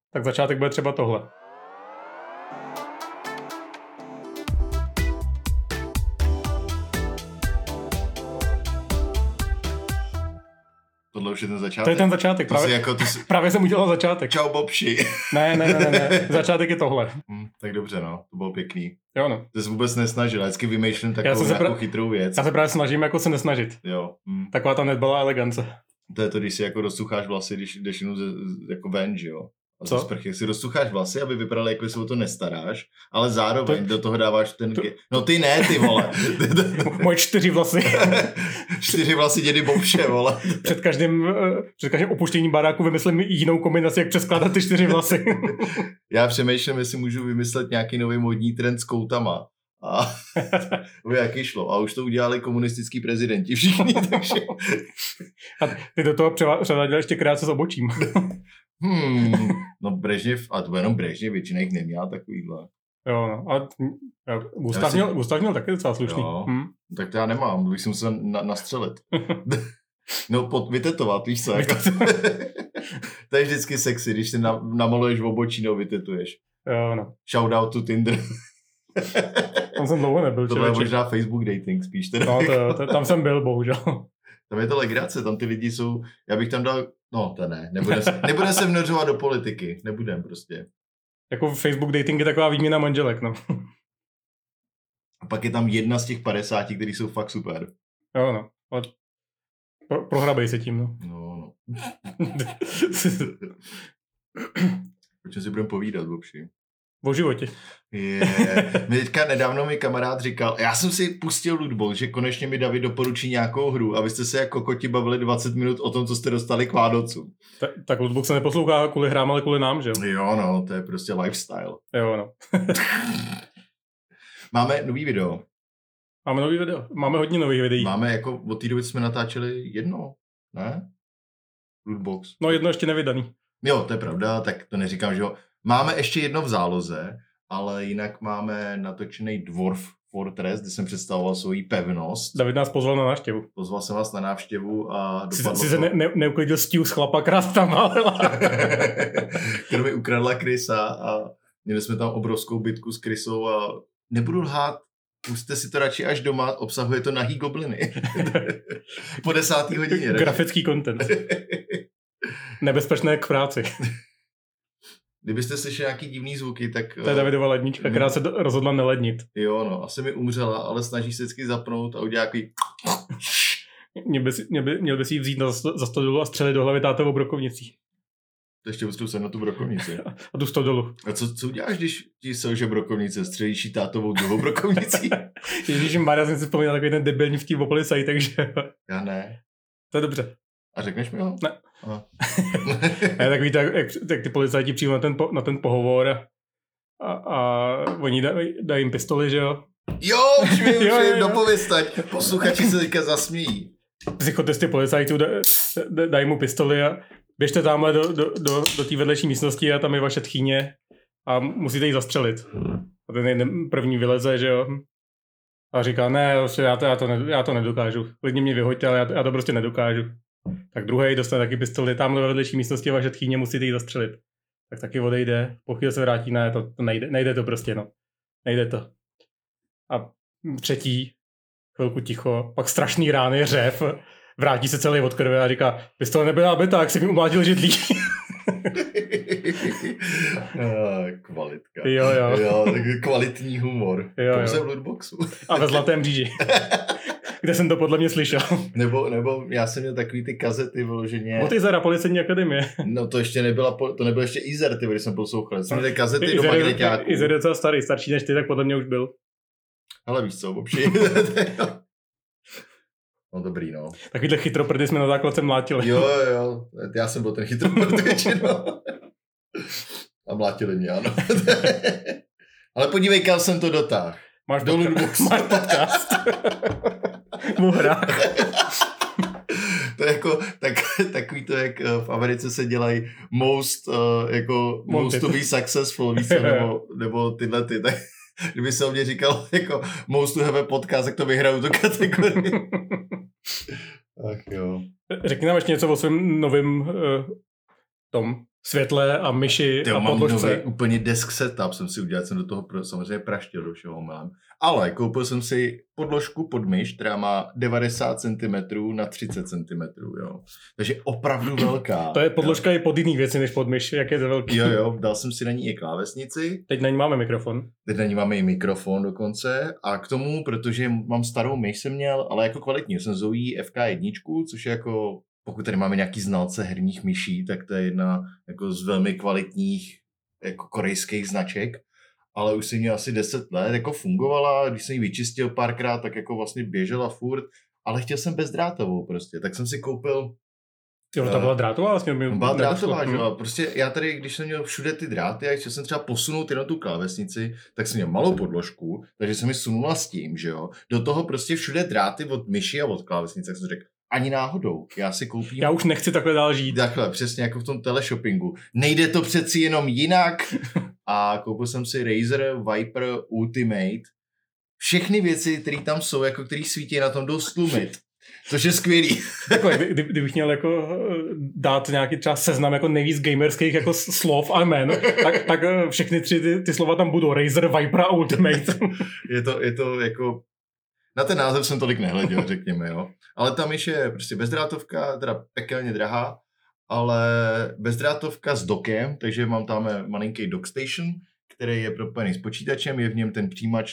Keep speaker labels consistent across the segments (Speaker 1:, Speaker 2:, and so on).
Speaker 1: Tak začátek bude třeba tohle.
Speaker 2: Tohle už je ten začátek.
Speaker 1: To je ten začátek. Právě jsem udělal začátek.
Speaker 2: Čau, Bobši.
Speaker 1: Ne. Začátek je tohle.
Speaker 2: Tak dobře, no. To bylo pěkný.
Speaker 1: Jo, no.
Speaker 2: Ty jsi vůbec nesnažil. Já vždycky vymýšlím takovou nějakou chytrou věc.
Speaker 1: Já se právě snažím jako se nesnažit.
Speaker 2: Jo.
Speaker 1: Taková ta nedbalá elegance.
Speaker 2: To je to, když si jako rozsucháš vlasy, když jdeš jenom jako ven, že jo? A
Speaker 1: co?
Speaker 2: Sprchy. Si rozsucháš vlasy, aby vypadaly, jako se o to nestaráš, ale zároveň do toho dáváš ten... No ty ne, ty vole.
Speaker 1: Moje 4 vlasy.
Speaker 2: 4 vlasy dědy Bobše, vole.
Speaker 1: Před každým opuštěním baráku vymyslím jinou kombinaci, jak přeskládat ty 4 vlasy.
Speaker 2: Já přemýšlím, jestli můžu vymyslet nějaký nový modní trend s koutama. A jaký šlo. A už to udělali komunistický prezidenti všichni, takže...
Speaker 1: A ty do toho převáděl ještě krátce s obočím.
Speaker 2: No Brežněv, a to jenom Brežněv, většina jich neměla takovýhle.
Speaker 1: Jo, no. A Gustav měl taky docela slušný.
Speaker 2: Tak to já nemám, bych si musel nastřelit. No, vytetovat, víš co? Jako. To je vždycky sexy, když si namaluješ v obočí, nebo vytetuješ.
Speaker 1: Jo, no.
Speaker 2: Shoutout to Tinder.
Speaker 1: Tam jsem dlouho nebyl.
Speaker 2: To je možná Facebook dating spíš. Teda.
Speaker 1: No, tam jsem byl, bohužel.
Speaker 2: Tam je to legrace, tam ty lidi jsou, já bych tam dal, no to ne, nebude se vnořovat do politiky, nebudem prostě.
Speaker 1: Jako Facebook dating je taková výměna manželek, no.
Speaker 2: A pak je tam jedna z těch 50, který jsou fakt super.
Speaker 1: Jo, no. Prohrabej se tím, no.
Speaker 2: No. O čem si budeme povídat, Bobši?
Speaker 1: O životě.
Speaker 2: Teďka nedávno mi kamarád říkal, já jsem si pustil lootbox, že konečně mi David doporučí nějakou hru a vy jste se jako kokoti bavili 20 minut o tom, co jste dostali k Vánocům.
Speaker 1: Tak lootbox se neposlouchá kvůli hrám, ale kvůli nám, že jo?
Speaker 2: Jo, no, to je prostě lifestyle.
Speaker 1: Jo, no.
Speaker 2: Máme nový video.
Speaker 1: Máme hodně nových videí.
Speaker 2: Máme jako, od té doby jsme natáčeli jedno, ne? Lootbox.
Speaker 1: No jedno ještě nevydaný.
Speaker 2: Jo, to je pravda, tak to neříkám, že jo. Máme ještě jedno v záloze, ale jinak máme natočený Dwarf Fortress, kde jsem představoval svoji pevnost.
Speaker 1: David nás pozval na návštěvu.
Speaker 2: Pozval jsem vás na návštěvu a dopadlo
Speaker 1: to... Jsi se neuklidil stíl z chlapa krastama.
Speaker 2: Kterou mi ukradla Krysa a měli jsme tam obrovskou bitku s Krysou a nebudu lhát, pusťte si to radši až doma, obsahuje to nahý gobliny. Po 10. hodině.
Speaker 1: Grafický content. Nebezpečné k práci.
Speaker 2: Kdybyste slyšeli nějaký divný zvuky, tak...
Speaker 1: To je Davidova lednička, která se rozhodla nelednit.
Speaker 2: Jo, no, asi mi umřela, ale snaží se vždycky zapnout a udělat takový...
Speaker 1: Měl by si ji vzít za stodolu a střelit do hlavy tátovou brokovnicí.
Speaker 2: To ještě ustrou sem na tu brokovnici.
Speaker 1: A tu stodolu.
Speaker 2: A co uděláš, když ti selže brokovnice? Střelíš jí tátovou druhou brokovnicí?
Speaker 1: Ježišmarja, jsem si vzpomněl takový ten debilní vtip o policajti, takže...
Speaker 2: Já ne.
Speaker 1: To je dobře.
Speaker 2: A řekneš mi ho?
Speaker 1: Ne. Ne, tak víte, jak ty policajti přijmou na ten pohovor a oni dají jim pistoli, že jo?
Speaker 2: Jo, už mi dopověstať. Posluchači se teďka zasmějí.
Speaker 1: Psychotesty policajtů dají mu pistoli a běžte tamhle do té vedlejší místnosti a tam je vaše tchýně a musíte ji zastřelit. A ten první vyleze, že jo? A říká, ne, já to nedokážu. Klidně mě vyhoďte, ale já to prostě nedokážu. Tak druhý dostane taky pistoli, tamhle ve vedlejší místnosti vaše tchýně, musíte ji zastřelit. Tak taky odejde, po chvíli se vrátí, ne, to nejde to prostě, no. Nejde to. A třetí, chvilku ticho, pak strašný rány, řev, vrátí se celý od krve a říká, pistole nebyla beta, jak si mi umlátil židlí.
Speaker 2: Kvalitka.
Speaker 1: Jo,
Speaker 2: takový kvalitní humor. Pouze v lootboxu.
Speaker 1: A ve Zlatém mříži. Kde jsem to podle mě slyšel.
Speaker 2: Nebo já jsem měl takový ty kazety vyloženě.
Speaker 1: Od Izera, Policejní akademie.
Speaker 2: No to ještě nebyl ještě Izer, když jsem poslouchal. Jsem měl kazety do magneťáků.
Speaker 1: Izer je docela starší než ty, tak podle mě už byl.
Speaker 2: Ale víš co, Bobši. No dobrý, no.
Speaker 1: Takovýhle chytroprdy jsme na základce mlátili.
Speaker 2: Jo, já jsem byl ten chytroprd většinou. A mlátili mě, ano. Ale podívej, kam jsem to dotáhl.
Speaker 1: Máš podcast. V hrách.
Speaker 2: To je jako takový to, jak v Americe se dělají most to be successful, víc, nebo tyhle ty. Tak, kdyby se o mě říkal jako most to have a podcast, tak to vyhraju tu kategorii. Ach jo.
Speaker 1: Řekni nám ještě něco o svém novém světle a myši a
Speaker 2: mám
Speaker 1: podložce.
Speaker 2: nový úplně desk setup jsem si udělal, jsem do toho samozřejmě praštil do všeho omylem. Ale koupil jsem si podložku pod myš, která má 90 cm na 30 cm, jo. Takže opravdu velká.
Speaker 1: To je podložka i pod jiný věci než pod myš, jak je to velký.
Speaker 2: Jo, dal jsem si na ní i klávesnici.
Speaker 1: Teď na ní máme mikrofon.
Speaker 2: Teď na ní máme i mikrofon dokonce. A k tomu, protože mám starou myš jsem měl, ale jako kvalitní, jsem Zoe FK1, což je jako, pokud tady máme nějaký znalce herních myší, tak to je jedna jako z velmi kvalitních jako korejských značek. Ale už jsem měl asi 10 let, jako fungovala, když jsem ji vyčistil párkrát, tak jako vlastně běžela furt, ale chtěl jsem bezdrátovou prostě, tak jsem si koupil.
Speaker 1: Jo, ta byla drátová vlastně?
Speaker 2: Byla drátová, že jo, prostě já tady, když jsem měl všude ty dráty a chtěl jsem třeba posunout jenom tu klávesnici, tak jsem měl malou podložku, takže jsem mi sunula s tím, že jo, do toho prostě všude dráty od myši a od klávesnice, tak jsem řekl, ani náhodou, já si koupím.
Speaker 1: Já už nechci takhle dál žít.
Speaker 2: Takhle, přesně jako v tom teleshoppingu. Nejde to přeci jenom jinak. A koupil jsem si Razer Viper Ultimate. Všechny věci, které tam jsou, jako který svítí na tom, jdou stlumit. Což je skvělý.
Speaker 1: Takhle, kdybych měl jako dát nějaký třeba seznam jako nejvíc gamerských jako slov a jmen, tak všechny tři ty slova tam budou. Razer, Viper a Ultimate.
Speaker 2: je to jako... Na ten název jsem tolik nehleděl, řekněme, jo. Ale ta myš je prostě bezdrátovka, teda pekelně drahá, ale bezdrátovka s dokem, takže mám tam malinký dock station, který je propojený s počítačem, je v něm ten příjimač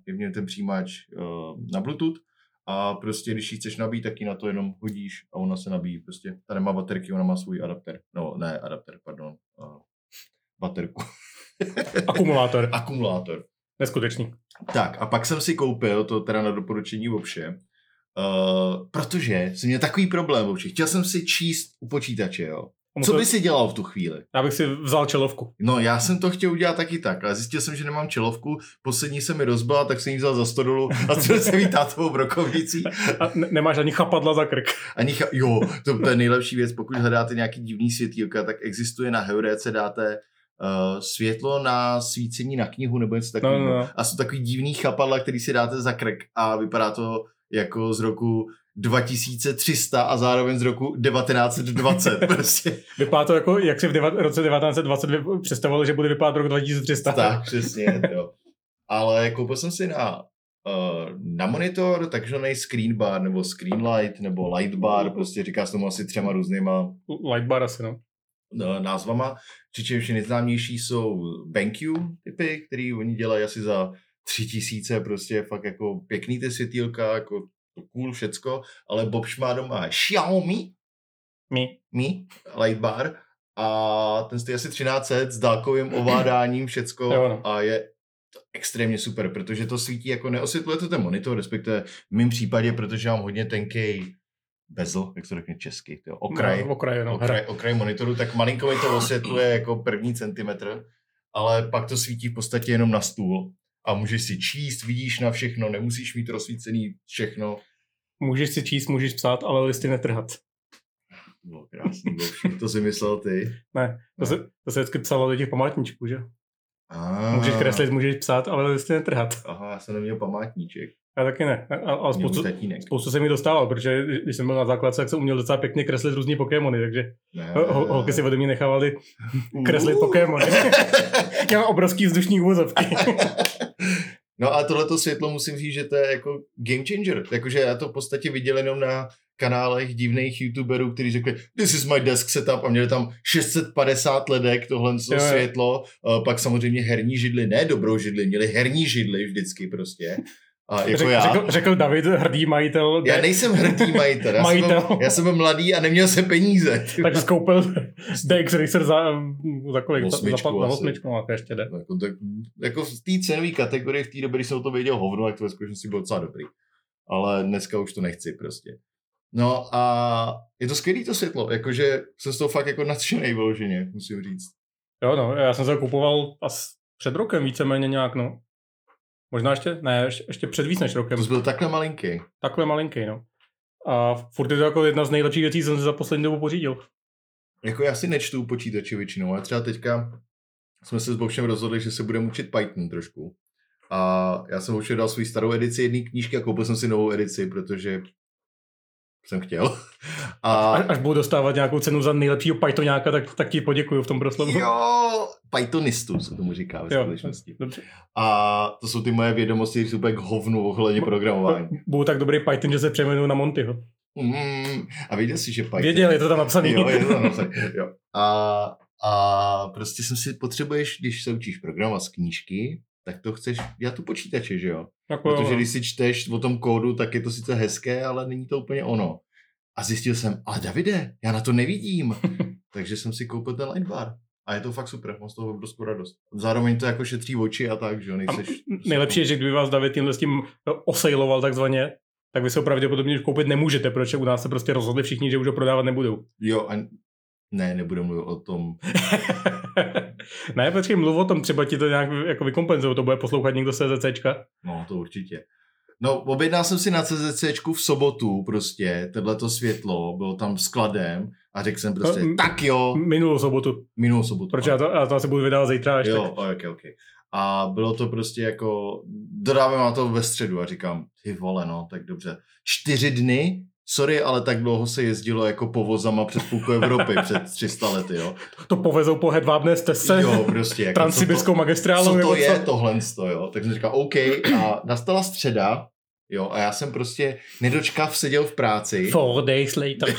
Speaker 2: na Bluetooth a prostě když ji chceš nabít, tak ji na to jenom hodíš a ona se nabíjí prostě. Ta nemá baterky, ona má svůj adapter. No, ne adapter, pardon. Baterku. Akumulátor.
Speaker 1: Neskutečný.
Speaker 2: Tak a pak jsem si koupil, to teda na doporučení Vovše, protože jsem měl takový problém Vovše. Chtěl jsem si číst u počítače, jo. Co by si dělal v tu chvíli?
Speaker 1: Já bych si vzal čelovku.
Speaker 2: No já jsem to chtěl udělat taky tak, ale zjistil jsem, že nemám čelovku, poslední se mi rozbila, tak jsem ji vzal za stodolu a střelil jsem jí tátovou brokovnicí.
Speaker 1: A nemáš ani chapadla za krk.
Speaker 2: Jo, to je nejlepší věc, pokud hledáte nějaký divný světýlka, tak existuje na Heuréce, dáte světlo na svícení na knihu nebo něco takového. No. A jsou takový divný chapadla, který si dáte za krk a vypadá to jako z roku 2300 a zároveň z roku 1920 prostě.
Speaker 1: Vypadá to jako, jak si v roce 1920 představovali, že bude vypadat rok 2300.
Speaker 2: Tak, přesně, jo. Ale koupil jsem si na monitor takzvaný screen bar nebo screen light nebo light bar, prostě říká se tomu asi 3 různýma
Speaker 1: light bar asi,
Speaker 2: názvama. Přičemž nejznámější jsou BenQ typy, který oni dělají asi za 3000, prostě fakt jako pěkný ty světýlka, jako cool všecko, ale Bobš má doma Xiaomi Mi Lightbar a ten stojí asi 1300 s dálkovým ovládáním všecko a je to extrémně super, protože to svítí jako neosvětluje to ten monitor, respektive v mém případě, protože mám hodně tenký bezel, jak to řekne česky, okraj monitoru, tak malinko mi to osvětluje jako první centimetr, ale pak to svítí v podstatě jenom na stůl a můžeš si číst, vidíš na všechno, nemusíš mít rozsvícený všechno.
Speaker 1: Můžeš si číst, můžeš psát, ale listy netrhat.
Speaker 2: No krásný, to si myslel ty.
Speaker 1: Ne, to se vždycky psalo do těch památníčků, že? Můžeš kreslit, můžeš psát, ale listy netrhat.
Speaker 2: Aha, já jsem neměl památníček.
Speaker 1: Já taky ne. A spoustu se mi dostával, protože když jsem byl na základce, tak jsem uměl docela pěkně kreslit různý Pokémony, takže holky si ode mě nechávaly kreslit Pokémony. Já mám obrovský vzdušní úvozovky.
Speaker 2: No a tohleto světlo musím říct, že to je jako game changer. Jakože já to v podstatě viděl jenom na kanálech divných youtuberů, kteří řekli, this is my desk setup a měli tam 650 ledek, tohle světlo, pak samozřejmě herní židly, ne dobrou židli, měli herní židly vždycky prostě. A jako
Speaker 1: řekl David, hrdý majitel.
Speaker 2: Já nejsem hrdý majitel. Já jsem byl mladý a neměl jsem peníze.
Speaker 1: Tak jsi koupil DX Racer za kolik?
Speaker 2: Osmičku
Speaker 1: za 8, no a ještě jde.
Speaker 2: Jako v té cenové kategorii, v té době, když jsem to věděl hovno, tak to ve skutečnosti bylo docela dobrý. Ale dneska už to nechci prostě. No a je to skvělý to světlo, jakože jsem z toho fakt jako nadšenej vyloženě, musím říct.
Speaker 1: Jo no, já jsem se kupoval asi před rokem víceméně nějak, no. Možná ještě před víc než rokem.
Speaker 2: To byl takhle malinký.
Speaker 1: Takhle malinký, no. A furt je to jako jedna z nejlepších věcí, jsem si za poslední dobu pořídil.
Speaker 2: Jako já si nečtu počítače většinou, ale třeba teďka jsme se s Bobšem rozhodli, že se budeme učit Python trošku. A já jsem Bobšem dal svou starou edici jedné knížky a koupil jsem si novou edici, protože jsem chtěl.
Speaker 1: Až budu dostávat nějakou cenu za nejlepšího Pythonáka, tak ti poděkuju v tom proslovu.
Speaker 2: Jo, Pythonistu se tomu říká ve skutečnosti. A to jsou ty moje vědomosti, které jsou úplně k hovnu ohledně programování.
Speaker 1: Budu tak dobrý Python, že se přejmenuju na Montyho.
Speaker 2: A věděl jsi, že Python...
Speaker 1: Věděl, je to tam napsaný.
Speaker 2: Jo, je to tam napsaný. Jo. A prostě potřebuješ, když se učíš programovat z knížky, tak to chceš dělat tu počítače, že jo? Protože když si čteš o tom kódu, tak je to sice hezké, ale není to úplně ono. A zjistil jsem, ale Davide, já na to nevidím. Takže jsem si koupil ten Lightbar. A je to fakt super, mám z toho obrovskou radost. Zároveň to jako šetří oči a tak, že jo?
Speaker 1: Nejlepší je, že kdyby vás David tímhle s tím osejloval takzvaně, tak vy se ho pravděpodobně koupit nemůžete, protože u nás se prostě rozhodli všichni, že už ho prodávat nebudou.
Speaker 2: Jo, ne, nebudu mluvit o tom.
Speaker 1: Ne, počkej, mluv o tom, třeba ti to nějak jako vykompenzuje, to bude poslouchat někdo z CZCčka.
Speaker 2: No, to určitě. No, objednal jsem si na CZCčku v sobotu prostě, tohleto světlo, bylo tam skladem a řekl jsem prostě, tak jo.
Speaker 1: Minulou sobotu. Protože já to asi budu vydávat zítra až
Speaker 2: jo, tak. Okay. A bylo to prostě jako, dodávám to ve středu a říkám, ty vole, no, tak dobře. 4 dny, sorry, ale tak dlouho se jezdilo jako povozama přes půlku Evropy před 300 lety, jo.
Speaker 1: To povezou po hedvábné stezce.
Speaker 2: Jo, prostě. Jako
Speaker 1: Transsibirskou magistrálou.
Speaker 2: Co to je tohle, jo. Tak jsem říkal, OK, a nastala středa, jo, a já jsem prostě nedočkav seděl v práci.
Speaker 1: 4 days later.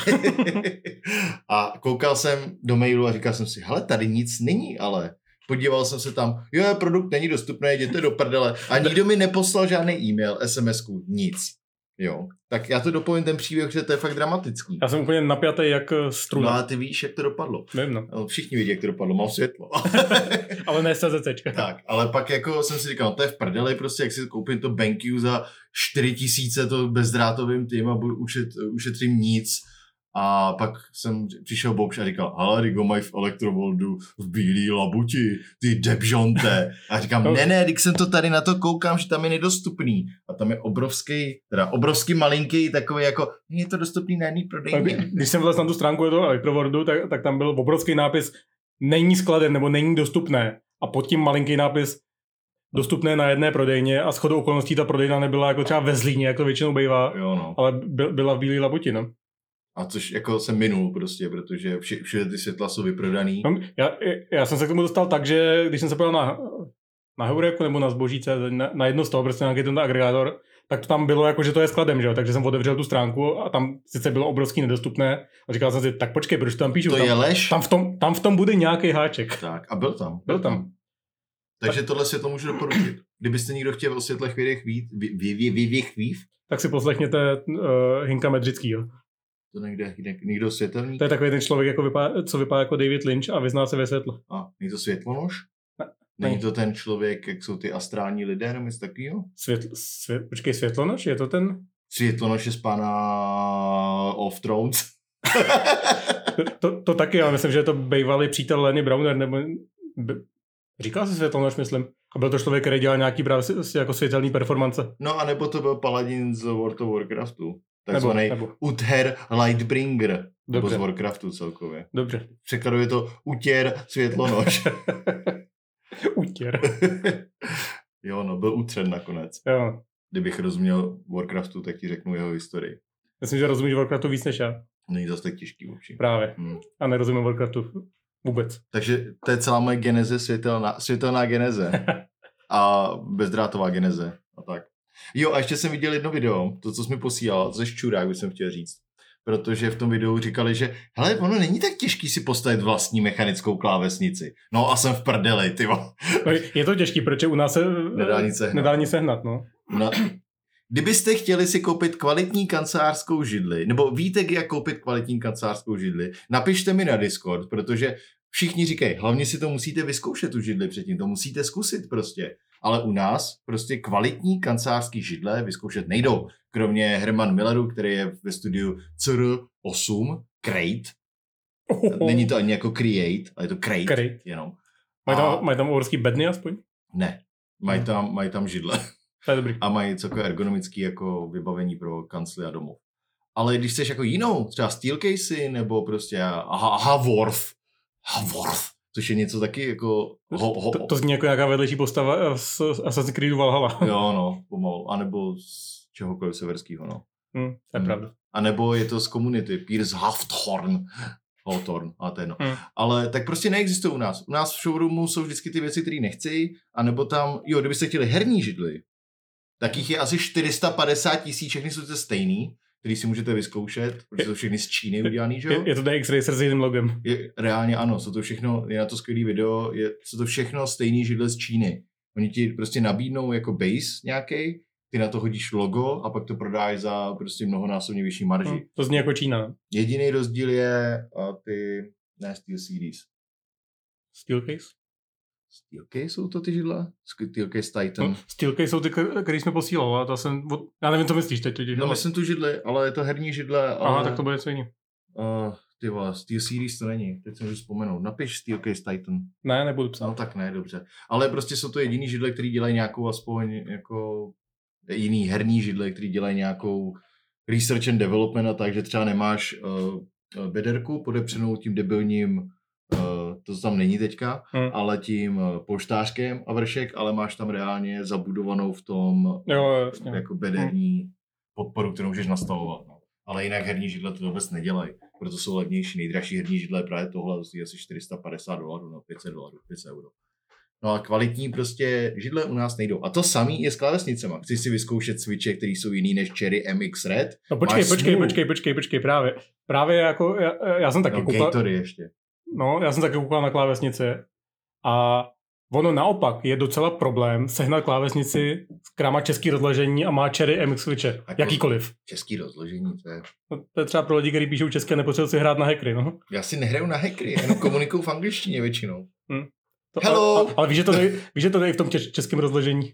Speaker 2: A koukal jsem do mailu a říkal jsem si, hele, tady nic není, ale podíval jsem se tam, jo, produkt není dostupný, jděte do prdele. A nikdo mi neposlal žádný e-mail, SMS-ku, nic. Jo, tak já to dopovím ten příběh, že to je fakt dramatický.
Speaker 1: Já jsem úplně napjatý jak struna.
Speaker 2: No a ty víš, jak to dopadlo.
Speaker 1: Vím, no.
Speaker 2: Všichni vidí, jak to dopadlo, mám světlo.
Speaker 1: Ale ne CZCčka.
Speaker 2: Tak, ale pak jako jsem si říkal, no to je v prdeli, prostě jak si koupím to BenQ za 4000 to bezdrátovým tím a ušetřím nic. A pak jsem přišel Bobš a říkal, hele, Rigo mají v Elektrovoldu v bílý labuti, ty debžonte. A říkám, ne, když jsem to tady na to koukám, že tam je nedostupný. A tam je obrovský malinký, takový jako, je to dostupný na jedný prodejně.
Speaker 1: Když jsem vlez na tu stránku toho Elektrovoldu, tak tam byl obrovský nápis, není skladen nebo není dostupné. A pod tím malinký nápis, dostupné na jedné prodejně a shodou okolností ta prodejna nebyla jako třeba ve Zlíně, jak to většinou bývá,
Speaker 2: jo, no.
Speaker 1: Ale byla v bílý labuti, no.
Speaker 2: A což jako se minul prostě, protože všude ty světla jsou vyprodaný.
Speaker 1: No, já jsem se k tomu dostal tak, že když jsem se podíval na Heuréku nebo na Zboží.cz, na jedno z toho, prostě nějaký ten agregátor, tak to tam bylo jako, že to je skladem, že jo? Takže jsem otevřel tu stránku a tam sice bylo obrovský nedostupné a říkal jsem si, tak počkej, proč to tam píšu?
Speaker 2: To je lež?
Speaker 1: Tam v tom bude nějaký háček.
Speaker 2: Tak a byl tam. Takže tohle světlo můžu doporučit. Kdybyste někdo chtěl o světlech věvěch
Speaker 1: tak si poslechněte Hinka Medřickýho.
Speaker 2: To někdo světelník?
Speaker 1: To je takový ten člověk, co vypadá jako David Lynch a vyzná se ve světle.
Speaker 2: A není to světlonož? Není to ten člověk, jak jsou ty astrální lidé, nebo něco takového?
Speaker 1: Počkej, světlonož? Je to ten?
Speaker 2: Světlonož je z pána of Thrones.
Speaker 1: to taky, já myslím, že je to bývalý přítel Lenny Browner, nebo říkal se světlonož, myslím. A byl to člověk, který dělal nějaký právě jako světelný performance.
Speaker 2: No a nebo to byl paladin z World of Warcraftu. Takzvaný Uther Lightbringer. Nebo z Warcraftu celkově.
Speaker 1: Dobře.
Speaker 2: V překladu je to Utěr světlonož.
Speaker 1: Utěr.
Speaker 2: Jo, no, byl utřen nakonec.
Speaker 1: Jo.
Speaker 2: Kdybych rozuměl Warcraftu, tak ti řeknu jeho historii.
Speaker 1: Myslím, že rozumíš Warcraftu víc než já.
Speaker 2: Není zase tak těžký určitě.
Speaker 1: Právě. A nerozumím Warcraftu vůbec.
Speaker 2: Takže to je celá moje geneze, světelná geneze. A bezdrátová geneze. A tak. Jo, a ještě jsem viděl jedno video, to, co jsi mi posílal, ze Ščurák, bych jsem chtěl říct. Protože v tom videu říkali, že hele, ono není tak těžký si postavit vlastní mechanickou klávesnici. No a jsem v prdeli, tyvo.
Speaker 1: Je to těžký, protože u nás se nedá nic sehnat, no.
Speaker 2: Kdybyste chtěli si koupit kvalitní kancelářskou židli, nebo víte, jak koupit kvalitní kancelářskou židli, napište mi na Discord, protože všichni říkají, hlavně si to musíte vyzkoušet tu židli předtím, to musíte zkusit prostě. Ale u nás prostě kvalitní kancelářský židle vyzkoušet nejdou. Kromě Herman Milleru, který je ve studiu CR8, Crate. Není to ani jako Create, ale je to Crate. Jenom.
Speaker 1: Mají tam obrovský bedny aspoň?
Speaker 2: Ne, mají tam židle.
Speaker 1: To je dobrý.
Speaker 2: A mají celkové ergonomické jako vybavení pro kancly a domov. Ale když chceš jako jinou, třeba Steelcasey nebo prostě Haworth, což je něco taky jako...
Speaker 1: To zní jako nějaká vedlejší postava z Assassin's Creedu Valhalla.
Speaker 2: Jo, no, pomalu. A nebo z čehokoliv severského, no.
Speaker 1: To je pravda.
Speaker 2: A nebo je to z komunity, Piers Hawthorne, a to je no. Ale tak prostě neexistují u nás. U nás v showroomu jsou vždycky ty věci, které nechci, anebo tam, kdybyste chtěli herní židly, tak jich je asi 450 000, všechny jsou to stejný, který si můžete vyzkoušet, protože jsou všechny z Číny udělaný, že jo?
Speaker 1: Je to ten X-Racer s jiným logem.
Speaker 2: Reálně ano, jsou to všechno, je na to skvělý video, jsou to všechno stejný židle z Číny. Oni ti prostě nabídnou jako base nějaký, ty na to hodíš logo a pak to prodáš za prostě mnohonásobně vyšší marži.
Speaker 1: To zní jako Čína.
Speaker 2: Jediný rozdíl je Steel Series.
Speaker 1: Steelcase?
Speaker 2: Steelcase jsou to ty židla? Steelcase Titan.
Speaker 1: Steelcase jsou ty, který jsme posílali. Já nevím, co myslíš teď.
Speaker 2: No myslím tu židli, ale je to herní židle. Ale...
Speaker 1: Aha, tak to bude něco jiný.
Speaker 2: Ty vole, Steel Series to není. Teď jsem můžu vzpomenout. Napiš Steelcase Titan.
Speaker 1: Ne, nebudu psát.
Speaker 2: No tak ne, dobře. Ale prostě jsou to jediný židle, který dělají nějakou aspoň jako jiný herní židle, který dělají nějakou research and development a tak, že třeba nemáš bederku podepřenou tím debilním, to tam není teďka, ale tím polštářkem a vršek, ale máš tam reálně zabudovanou v tom jako bederní podporu, kterou můžeš nastavovat. No. Ale jinak herní židle to vůbec nedělají, proto jsou levnější. Nejdražší herní židle je právě tohle, to je asi $450 nebo $500, 500 €. No a kvalitní prostě židle u nás nejdou. A to samý je s klávesnicema. Chci si vyzkoušet switche, který jsou jiný než Cherry MX Red.
Speaker 1: No počkej, právě. Právě jako, já jsem taky koukal.
Speaker 2: Gatory ještě.
Speaker 1: No, já jsem taky koukal na klávesnice a ono naopak je docela problém sehnat klávesnici, která má český rozložení a má Cherry MX switche. Jakýkoliv.
Speaker 2: Český rozložení, to je...
Speaker 1: No, to je třeba pro lidi, kteří píšou české, nepotřebují si hrát na hackery, no.
Speaker 2: Já si nehraju na hackery, jenom komunikuju v angličtině většinou.
Speaker 1: Hello! Ale víš, že to jde i v tom českém rozložení.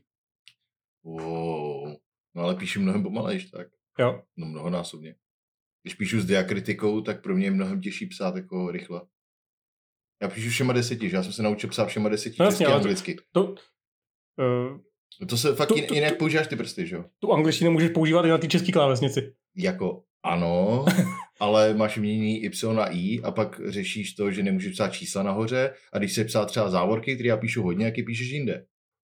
Speaker 2: Wow. No ale píšu mnohem pomalejš, tak.
Speaker 1: Jo.
Speaker 2: No mnohonásobně. Když píšu s diakritikou, tak pro mě je mnohem těžší psát jako rychle. Já píšu všema 10, že? Já jsem se naučil psát všema 10 česky a anglicky. To se fakt jinak používáš ty prsty, že jo?
Speaker 1: Tu angličtinu můžeš používat i na té české klávesnici.
Speaker 2: Jako ano, ale máš měněný Y a I a pak řešíš to, že nemůžeš psát čísla nahoře a když se psát třeba závorky, které já píšu hodně, jak je píšeš jinde.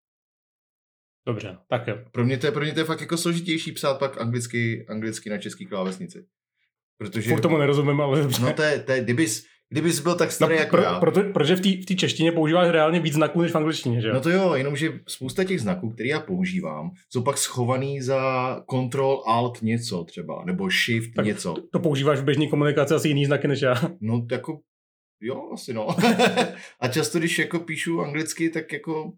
Speaker 1: Dobře, tak jo.
Speaker 2: Pro mě to je fakt jako složitější psát pak anglicky na český klávesnici. Protože...
Speaker 1: Furt tomu nerozumím, ale dobře.
Speaker 2: No to je kdybys byl tak starý jako já.
Speaker 1: Protože v té češtině používáš reálně víc znaků než v angličtině, že jo?
Speaker 2: No to jo, jenomže spousta těch znaků, které já používám, jsou pak schovaný za Ctrl-Alt něco třeba, nebo Shift tak něco.
Speaker 1: To používáš v běžné komunikaci asi jiný znaky než já.
Speaker 2: No jako, jo, asi no. A často, když jako píšu anglicky, tak jako,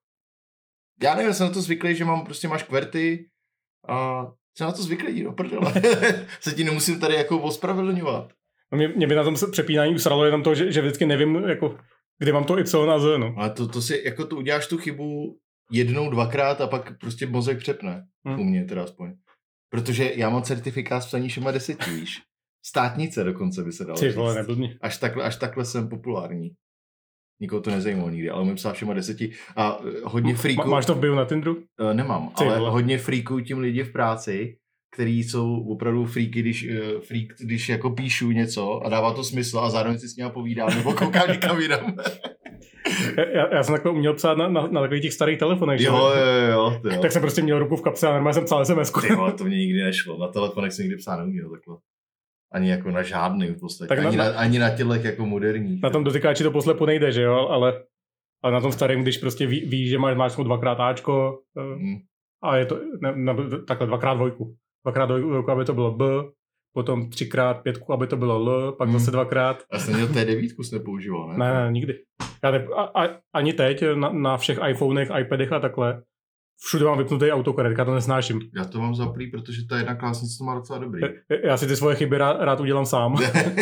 Speaker 2: já nevím, jsem na to zvyklý, že máš kverty a jsem na to zvyklý, do prdele. Se ti nemusím tady jako ospravedlňovat.
Speaker 1: Mě by na tom přepínání usralo jenom to, že vždycky nevím, jako, kde mám to Y a Z, no.
Speaker 2: Ale to si, jako to uděláš tu chybu jednou, dvakrát a pak prostě mozek přepne. U mě teda aspoň. Protože já mám certifikát z psaní všema 10, víš. Státnice dokonce by se dalo říct.
Speaker 1: Vole, neblbni.
Speaker 2: Až takhle jsem populární. Nikoho to nezajímalo nikdy, ale umím psát všema 10. A hodně freaků...
Speaker 1: Máš to v bio na Tinderu?
Speaker 2: Nemám, ale hodně freaků tím lidi v práci, který jsou opravdu freak, když jako píšu něco a dává to smysl a zároveň si s ním povídám nebo koukám někam jinam.
Speaker 1: Já jsem takhle uměl psát na takových těch starých telefonech.
Speaker 2: Jo.
Speaker 1: Tak jsem prostě měl ruku v kapse a normálně jsem psal SMS-ku.
Speaker 2: To mě nikdy nešlo. Na telefonech jsem nikdy psát neuměl takhle. Ani jako na žádný v podstatě. Tak ani na těchto jako moderních.
Speaker 1: Na tom dotykáči to poslepu nejde, že jo? Ale na tom starém, když prostě víš, že máš dvakrát Ačko a je to takhle dvakrát dvojku. Dvakrát dvojku, aby to bylo B, potom 3x 5, aby to bylo L, pak zase dvakrát.
Speaker 2: Já jsem měl T9, jsi nepoužíval, ne?
Speaker 1: Ne, nikdy. Ani teď na všech iPhonech, iPadech a takhle. Všude mám vypnutý autokorekt, já to nesnáším.
Speaker 2: Já to mám zaplý, protože ta jedna klásnice to má docela dobrý.
Speaker 1: Já si ty svoje chyby rád udělám sám.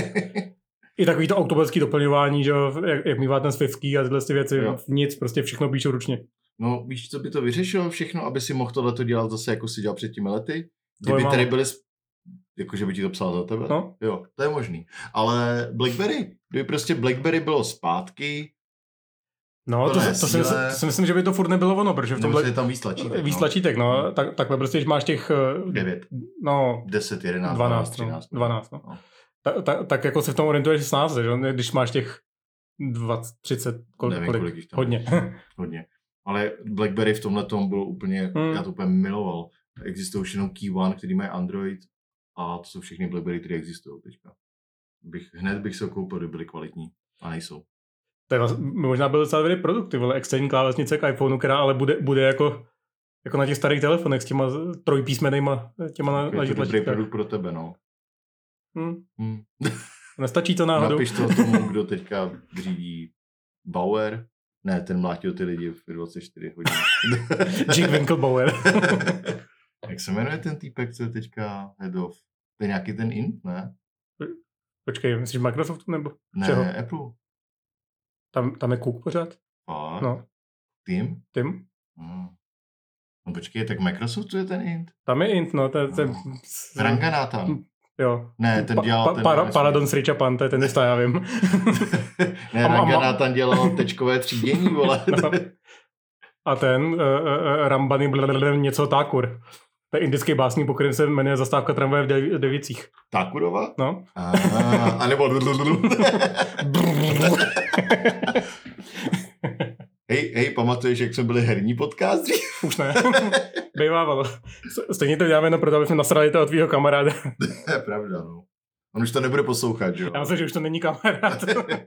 Speaker 1: I takový to automatické doplňování, že jak mívá ten Swiftský a tyhle věci, nic, prostě všechno píšu ručně.
Speaker 2: No víš, co by to vyřešilo všechno, aby si mohl tohleto dělat zase, jako si dělal před těmi lety? Kdyby tady byly, jakože by ti to psal za tebe?
Speaker 1: No.
Speaker 2: Jo, to je možný. Ale BlackBerry, kdyby prostě BlackBerry bylo zpátky.
Speaker 1: No, to si myslím, že by to furt nebylo ono, protože v tomhle...
Speaker 2: je tam víc tlačítek.
Speaker 1: Víc tlačítek, no. Takhle prostě, když máš těch...
Speaker 2: 9.
Speaker 1: No.
Speaker 2: 10, 11,
Speaker 1: 12, 13. 12, no. Tak jako se v tom orientuješ 16, že? Když máš těch 20, 30, kolik hodně.
Speaker 2: Hodně. Ale BlackBerry v tomhle tom bylo úplně, já to úplně miloval. Existují už jenom Key One, který mají Android A to jsou všechny BlackBerry, které existují teďka. Hned bych se koupil, kdyby byly kvalitní. A nejsou.
Speaker 1: To je možná byl docela dobrý produkt, ty vole, externí klávesnice k iPhoneu, která ale bude jako na těch starých telefonech s těma trojpísmenejma těma na
Speaker 2: to je dobrý produkt pro tebe, no.
Speaker 1: Nestačí to náhodou.
Speaker 2: Napiš to tomu, kdo teďka řídí Bauer. Ne, ten mlátil ty lidi v 24 hodin.
Speaker 1: Jake Winklebauer.
Speaker 2: Jak se jmenuje ten týpek, co je teďka head of? To je nějaký ten Int, ne?
Speaker 1: Počkej, myslíš Microsoftu nebo
Speaker 2: ne,
Speaker 1: čeho?
Speaker 2: Apple.
Speaker 1: Tam je Cook pořád?
Speaker 2: Fakt?
Speaker 1: No.
Speaker 2: Tim? No počkej, tak Microsoftu je ten Int?
Speaker 1: Tam je Int, no.
Speaker 2: Ranganathan.
Speaker 1: Jo.
Speaker 2: Ne, ten dělal...
Speaker 1: Paradon s Richapan, to je ten jistá, já vím.
Speaker 2: Ne, Ranganathan dělal tečkové třídění, vole.
Speaker 1: No. A ten Rambani něco Thakur. To je indický básník, po kterém se jmenuje Zastávka tramvaje v Devicích.
Speaker 2: Thakurova?
Speaker 1: No.
Speaker 2: A nebo... Hej, pamatuješ, jak jsme byli herní podcast?
Speaker 1: Už ne. Bejvávalo. Stejně to děláme jenom proto, aby jsme nasrali to od tvýho kamaráda.
Speaker 2: To je pravda, no. On už to nebude poslouchat, jo?
Speaker 1: Já myslím, že už to není kamarád.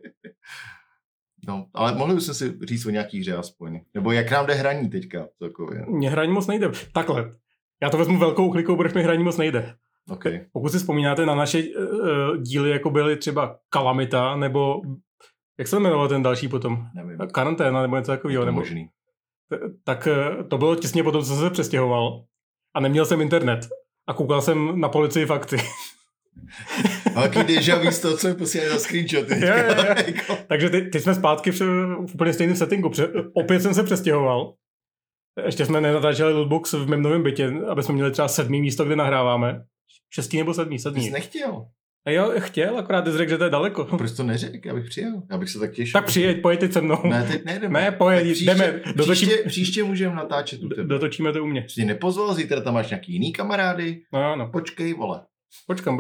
Speaker 2: No, ale mohli bychom si říct o nějaký hře aspoň. Nebo jak nám jde hraní teďka? Takově.
Speaker 1: Mně hraní moc nejde. Takhle. Já to vezmu velkou klikou, protože mi hraní moc nejde.
Speaker 2: Okay.
Speaker 1: Pokud si vzpomínáte na naše díly, jako byly třeba Kalamita, nebo jak se jmenoval ten další potom?
Speaker 2: Nevím.
Speaker 1: Karanténa, nebo něco takového.
Speaker 2: Nebo možný.
Speaker 1: Tak to bylo těsně potom, co jsem se přestěhoval. A neměl jsem internet. A koukal jsem na Policii v akci.
Speaker 2: Jaký déjà vu z toho, co mi posílali za screenshoty.
Speaker 1: Takže teď jsme zpátky v úplně stejném settingu. Opět jsem se přestěhoval. Ještě jsme nenatáčeli lootbox v mém novém bytě, aby jsme měli třeba 7. místo, kde nahráváme. 6 nebo 7.
Speaker 2: Ty jsi nechtěl.
Speaker 1: A jo, chtěl, akorát ty jsi řekl, že to je daleko.
Speaker 2: Proč to neřekl? Já bych přijel. Já bych se tak těšil.
Speaker 1: Tak přijeď, pojď teď se mnou.
Speaker 2: Ne, teď nejdeme.
Speaker 1: Ne, pojď, jdeme.
Speaker 2: Příště můžeme natáčet u tebe.
Speaker 1: Dotočíme to u mě.
Speaker 2: Jsi nepozval, zítra tam máš nějaký jiný kamarády.
Speaker 1: No.
Speaker 2: Počkej, vole.
Speaker 1: Počkám.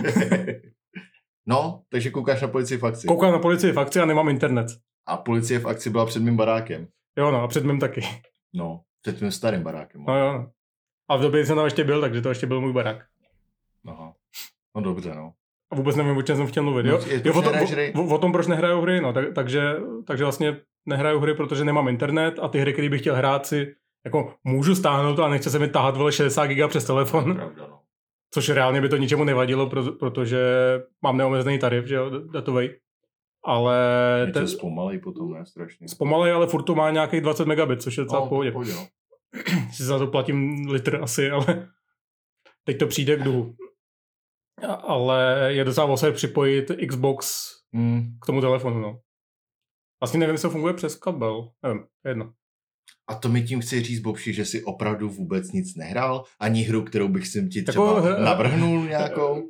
Speaker 2: No, takže koukáš na Policii v akci.
Speaker 1: Koukám na Policii v akci a nemám internet.
Speaker 2: A Policie v akci byla před mým barákem.
Speaker 1: Jo, no, a před mým taky.
Speaker 2: No, před mým starým barákem.
Speaker 1: No jo. A v době jsem tam ještě byl, takže to ještě byl můj barák.
Speaker 2: Aha. No dobře, no.
Speaker 1: A vůbec nevím, o čem jsem chtěl mluvit, jo? O tom, proč nehraju hry, no. Takže vlastně nehraju hry, protože nemám internet a ty hry, které bych chtěl hrát si, jako můžu stáhnout, ale nechce se mi tahat, vole, 60 giga přes telefon.
Speaker 2: Pravda, no.
Speaker 1: Což reálně by to ničemu nevadilo, protože mám neomezený tarif, že jo, datovej. Ale...
Speaker 2: Je to zpomalej potom, ne? Strašně.
Speaker 1: Zpomalej, ale furt to má nějakých 20 megabit, což je docela v pohodě.
Speaker 2: No.
Speaker 1: Si za to platím litr asi, ale teď to přijde k duhu. Ale je docela osad připojit Xbox k tomu telefonu, no. Vlastně nevím, jestli to funguje přes kabel. Nevím, jedno.
Speaker 2: A to mi tím chci říct, Bobši, že si opravdu vůbec nic nehrál? Ani hru, kterou bych si ti třeba navrhnul nějakou?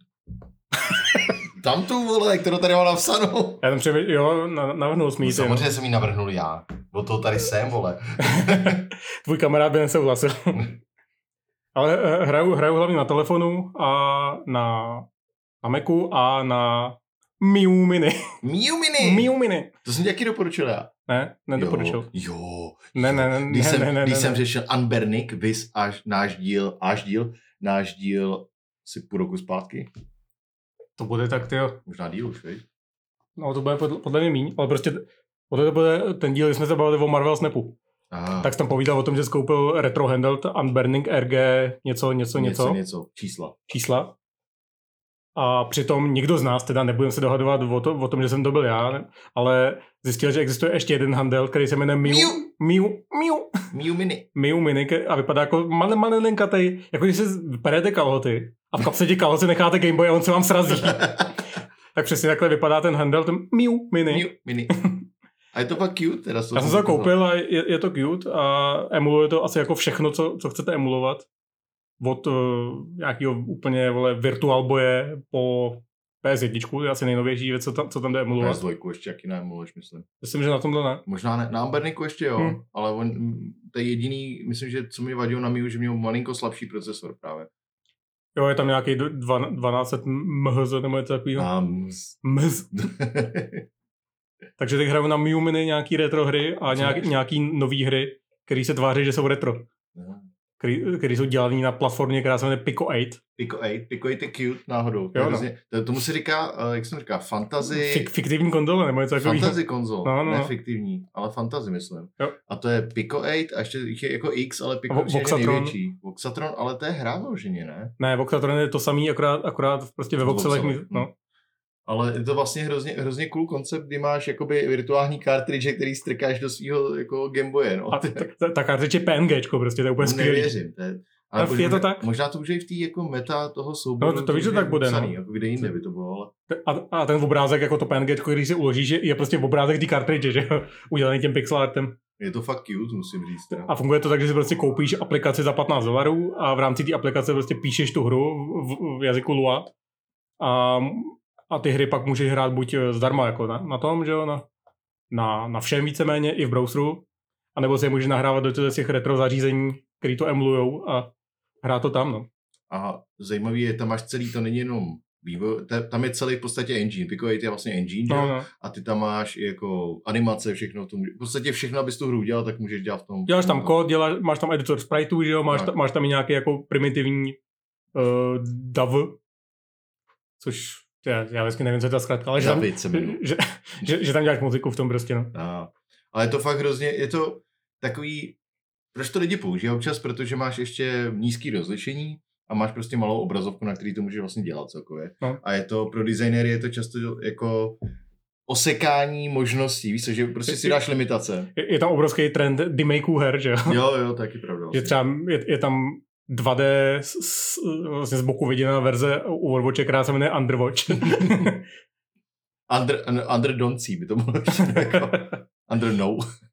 Speaker 2: Tam tu, vole, kterou tady mám napsanou.
Speaker 1: Já tam navrhnul smít.
Speaker 2: Samozřejmě jsem ji navrhnul já. Od toho tady jsem, vole.
Speaker 1: Tvůj kamarád by nesouhlasil. Ale hraju hlavně na telefonu a na Macu a na Miu Mini. Miu Mini.
Speaker 2: To jsem ti jaký doporučil já.
Speaker 1: Ne, nedoporučil.
Speaker 2: Jo.
Speaker 1: Ne.
Speaker 2: Když jsem řešil Unburnick, viz náš díl si půl roku zpátky.
Speaker 1: To bude tak, tyjo.
Speaker 2: Možná díl už, víš?
Speaker 1: No to bude podle mě míň, ale prostě to bude ten díl, kdy jsme se bavili o Marvel Snapu.
Speaker 2: Aha.
Speaker 1: Tak jsem tam povídal o tom, že skoupil retro handled Unburnick RG něco. Čísla. A přitom nikdo z nás, teda nebudeme se dohadovat o tom, že jsem to byl já, ale zjistil, že existuje ještě jeden handel, který se jmenuje Miu Mini a vypadá jako malinkatej, jako když si perete kalhoty a v kapse ti kalhoty necháte Gameboy a on se vám srazí. Tak přesně takhle vypadá ten handel, ten Miu Mini.
Speaker 2: A je to pak cute? Teda
Speaker 1: já jsem se koupil a je to cute a emuluje to asi jako všechno, co chcete emulovat. Od nějakého úplně virtual boje po PS1, je asi nejnovější věc, co tam jde emulovat.
Speaker 2: PS2 ještě jaký neemuluješ, myslím.
Speaker 1: Myslím, že na tomhle ne.
Speaker 2: Možná ne. Na Ambernicku ještě jo, ale to je jediný, myslím, že co mi vadilo na Miu, že měl malinko slabší procesor právě.
Speaker 1: Jo, je tam nějaký 1200 MHz nebo něco takového. MHz. Takže teď hraju na Miu Mini nějaký retro hry a nějaký nový hry, které se tváří, že jsou retro. který jsou dělaný na platformě, která se jmenuje Pico 8.
Speaker 2: Pico 8 je cute náhodou. To, tomu se říká, jak jsem říká, fantasy...
Speaker 1: Fiktivní konzole, nebo něco takového.
Speaker 2: Fantasy konzol, ne fiktivní, ale fantasy myslím.
Speaker 1: Jo.
Speaker 2: A to je Pico 8 a ještě je jako X, ale Pico je největší. Voxatron, ale to je hra vloženě, ne?
Speaker 1: Ne, Voxatron je to samý, akorát prostě ve voxelech. No.
Speaker 2: Ale je to vlastně hrozně cool koncept, kdy máš jakoby virtuální cartridge, který strkáš do svého jako Gameboye, no.
Speaker 1: A ta cartridge je PNGčko, prostě, to je úplně skvělý.
Speaker 2: Nevěřím, ale
Speaker 1: je to tak?
Speaker 2: Možná to už je i v té jako meta toho souboru.
Speaker 1: No to víš, že tak bude,
Speaker 2: psaný,
Speaker 1: no.
Speaker 2: Jako kde jinde by to bylo, ale...
Speaker 1: A ten obrázek, jako to PNGčko, když si uložíš, je prostě obrázek té cartridge, že jo, udělaný tím pixel artem.
Speaker 2: Je to fakt cute, musím říct. Ne?
Speaker 1: A funguje to tak, že si prostě koupíš aplikaci za $15 a v rámci té aplikace prostě píšeš tu hru v jazyku Lua a ty hry pak můžeš hrát buď zdarma jako na tom, že jo, na všem víceméně i v browseru, anebo si je můžeš nahrávat do těch retro zařízení, který to emulujou a hrát to tam, no.
Speaker 2: Aha, zajímavý je, tam máš celý, to není jenom vývoj, tam je celý v podstatě engine, Pico 8 je vlastně engine,
Speaker 1: no.
Speaker 2: A ty tam máš i jako animace, všechno, v podstatě všechno, abys tu hru udělal, tak můžeš dělat v tom.
Speaker 1: Děláš tam kód, máš tam editor spriteů, že jo, máš tam i nějaký jako primitivní DAV, což já vždycky nevím, co je ta zkrátka, ale že tam děláš muziku v tom prostě, no.
Speaker 2: Ale je to fakt hrozně, je to takový, proč to lidi používají občas, protože máš ještě nízký rozlišení a máš prostě malou obrazovku, na který to můžeš vlastně dělat celkově. No. A je to pro designéry je to často jako osekání možností, víš co, že prostě si dáš limitace.
Speaker 1: Je tam obrovský trend demakeů her, že jo?
Speaker 2: Jo, taky pravda. Vlastně.
Speaker 1: Že třeba je tam 2D vlastně z boku viděná verze u Overwatche, která se jmenuje Underwatch.
Speaker 2: Underdoncí by to mohlo být jako Under no.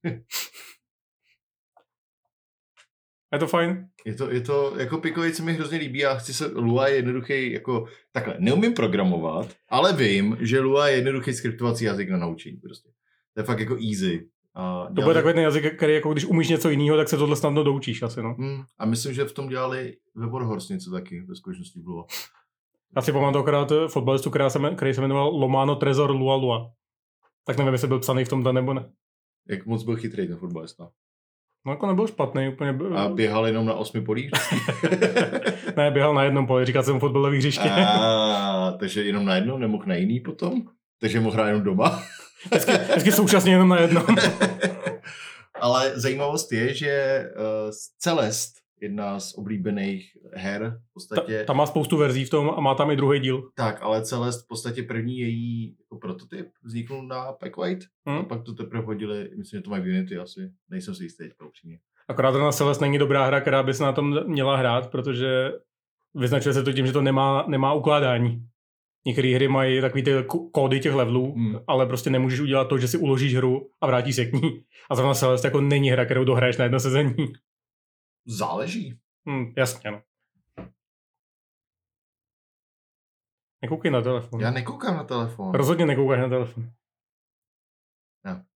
Speaker 1: Je to fajn.
Speaker 2: Je to jako Pico 8 se mi hrozně líbí a Lua je jednoduchý, jako takhle, neumím programovat, ale vím, že Lua je jednoduchý skriptovací jazyk na naučení prostě. To je fakt jako easy.
Speaker 1: To bude takový ten jazyk, který jako když umíš něco jiného, tak se tohle snadno doučíš asi, no.
Speaker 2: A myslím, že v tom dělali ve Warhorse něco taky, ve skutečnosti v Lua.
Speaker 1: Já si pamatuju akorát fotbalistu, který se jmenoval Lomano Trezor Lua. Tak nevím, jestli byl psaný v tomto nebo ne.
Speaker 2: Jak moc byl chytrý ten fotbalista?
Speaker 1: No jako nebyl špatný úplně.
Speaker 2: A běhal jenom na 8 polích?
Speaker 1: Ne, běhal na jednom poli, říkal jsem fotbalový hřiště.
Speaker 2: Takže jenom na jednom, nemohl na jiný potom? Takže mohl hrát jenom doma?
Speaker 1: Vždycky současně jenom na jednom.
Speaker 2: Ale zajímavost je, že Celeste, jedna z oblíbených her, v podstatě...
Speaker 1: Tam má spoustu verzí v tom a má tam i druhý díl.
Speaker 2: Tak, ale Celeste v podstatě první její jako prototyp vzniknul na Pack White a pak to teprve hodili, myslím, že to mají v Unity asi, nejsem si jistý teďka upřímně.
Speaker 1: Akorát na Celeste není dobrá hra, která by se na tom měla hrát, protože vyznačuje se to tím, že to nemá ukládání. Některé hry mají takový ty kódy těch levelů, ale prostě nemůžeš udělat to, že si uložíš hru a vrátíš se k ní. A zrovna Celeste jako není hra, kterou dohraješ na jedno sezení.
Speaker 2: Záleží.
Speaker 1: Jasně, no. Nekoukej na telefon.
Speaker 2: Já nekoukám na telefon.
Speaker 1: Rozhodně nekoukáš na telefon.
Speaker 2: Ne.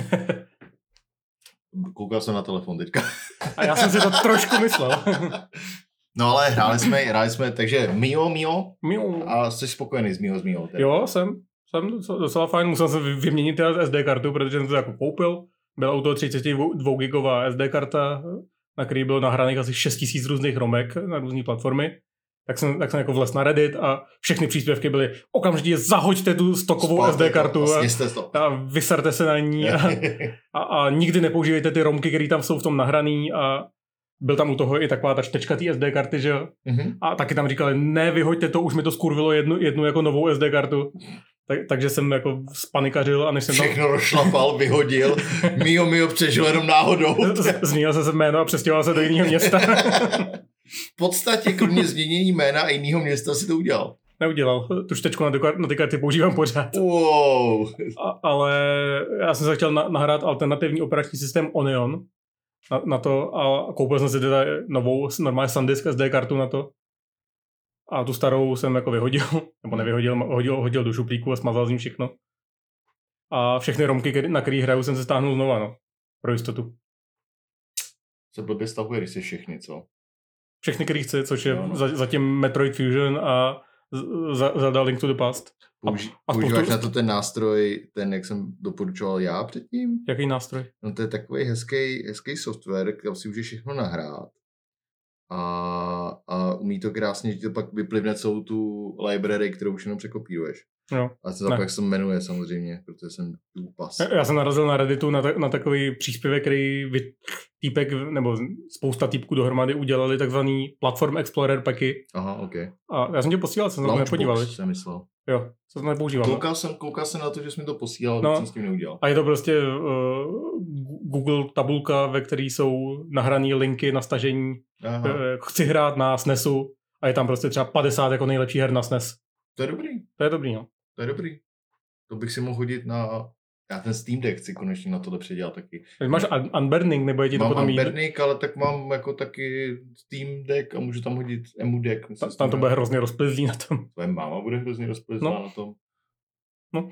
Speaker 2: Koukal jsem na telefon teďka.
Speaker 1: A já jsem si to trošku myslel.
Speaker 2: No ale hráli jsme, takže Mio. A jsi spokojený s Mio? Teda.
Speaker 1: Jo, jsem docela fajn. Musel jsem vyměnit teda SD kartu, protože jsem to jako koupil. Byla u toho 32 gigová SD karta, na který bylo nahraných asi 6000 různých romek na různé platformy. Tak jsem jako vlez na Reddit a všechny příspěvky byly okamžitě zahoďte tu stokovou SD kartu a vyserte se na ní a nikdy nepoužívejte ty romky, které tam jsou v tom nahraný a byl tam u toho i taková ta čtečka té SD karty, že jo? A taky tam říkali, ne, vyhoďte to, už mi to skurvilo jednu jako novou SD kartu. Takže jsem jako spanikařil a než jsem
Speaker 2: všechno rozšlapal, vyhodil. Mio přežil jenom náhodou.
Speaker 1: Změnil jsem se jméno a přestěhoval se do jiného města.
Speaker 2: V podstatě kromě změnění jména a jiného města si to udělal.
Speaker 1: Neudělal. Tu čtečku na ty karty používám pořád.
Speaker 2: Wow.
Speaker 1: Ale já jsem se chtěl nahrát alternativní operační systém Onion na to a koupil jsem si teda novou normálně SanDisk SD kartu na to. A tu starou jsem jako vyhodil, nebo nevyhodil, hodil do šuplíku a smazal z ní všechno. A všechny romky, na který hraju, jsem se stáhnul znova, no. Pro jistotu.
Speaker 2: Co blbě stavuje, když jsi všechny, co?
Speaker 1: Všechny, který chci, což je zatím Metroid Fusion a Zelda Link to the Past.
Speaker 2: Používáš na to ten nástroj, ten, jak jsem doporučoval já předtím?
Speaker 1: Jaký nástroj?
Speaker 2: No to je takový hezký software, který si můžeš všechno nahrát. a umí to krásně, že to pak vyplivne celou tu library, kterou už jenom překopíruješ.
Speaker 1: Jo.
Speaker 2: A to pak se jmenuje samozřejmě, protože jsem tu pas.
Speaker 1: Já jsem narazil na Redditu na takový příspěvek, který týpek, nebo spousta týpků dohromady udělali takzvaný Platform Explorer packy.
Speaker 2: Aha, ok.
Speaker 1: A já jsem tě posílal, jsem to nepodíval.
Speaker 2: jsem myslel.
Speaker 1: Jo, jsem to nepoužíval.
Speaker 2: Koukal jsem na to, že jsi mi to posílal, no, jsem s tím neudělal.
Speaker 1: A je to prostě Google tabulka, ve které jsou nahrané linky na stažení. Chci hrát na SNESu a je tam prostě třeba 50 jako nejlepší her na SNES.
Speaker 2: To je dobrý.
Speaker 1: To je dobrý, no.
Speaker 2: To je dobrý. To bych si mohl hodit na... Já ten Steam Deck chci konečně na tohle předělat taky.
Speaker 1: Máš Unburning, nebo je ti to potom jít?
Speaker 2: Mám Unburning, ale tak mám jako taky Steam Deck a můžu tam hodit EMU Deck.
Speaker 1: Tam to bude hrozně rozplizlý na tom.
Speaker 2: Tvoje máma bude hrozně rozplizlá na tom.
Speaker 1: No.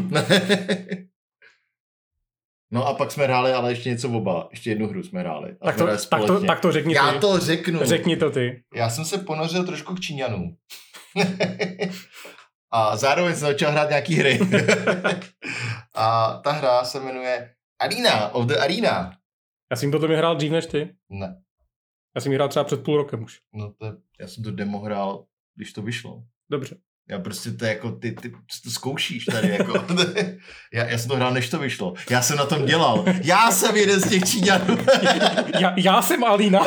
Speaker 2: No a pak jsme hráli ale ještě něco oba. Ještě jednu hru jsme hráli.
Speaker 1: Tak to řekni ty.
Speaker 2: Já to řeknu.
Speaker 1: Řekni to ty.
Speaker 2: Já jsem se ponořil trošku k Číňanům. A zároveň jsem začal hrát nějaký hry. A ta hra se jmenuje Arena of the Arena.
Speaker 1: Já jsem to hrál dřív než ty.
Speaker 2: Ne.
Speaker 1: Já jsem ji hrál třeba před půl rokem už.
Speaker 2: No já jsem to demo hrál, když to vyšlo.
Speaker 1: Dobře.
Speaker 2: Já prostě to jako, ty to zkoušíš tady, jako. já jsem to hrál, než to vyšlo. Já jsem na tom dělal. Já jsem jeden z těch Číňanů.
Speaker 1: já jsem Alina.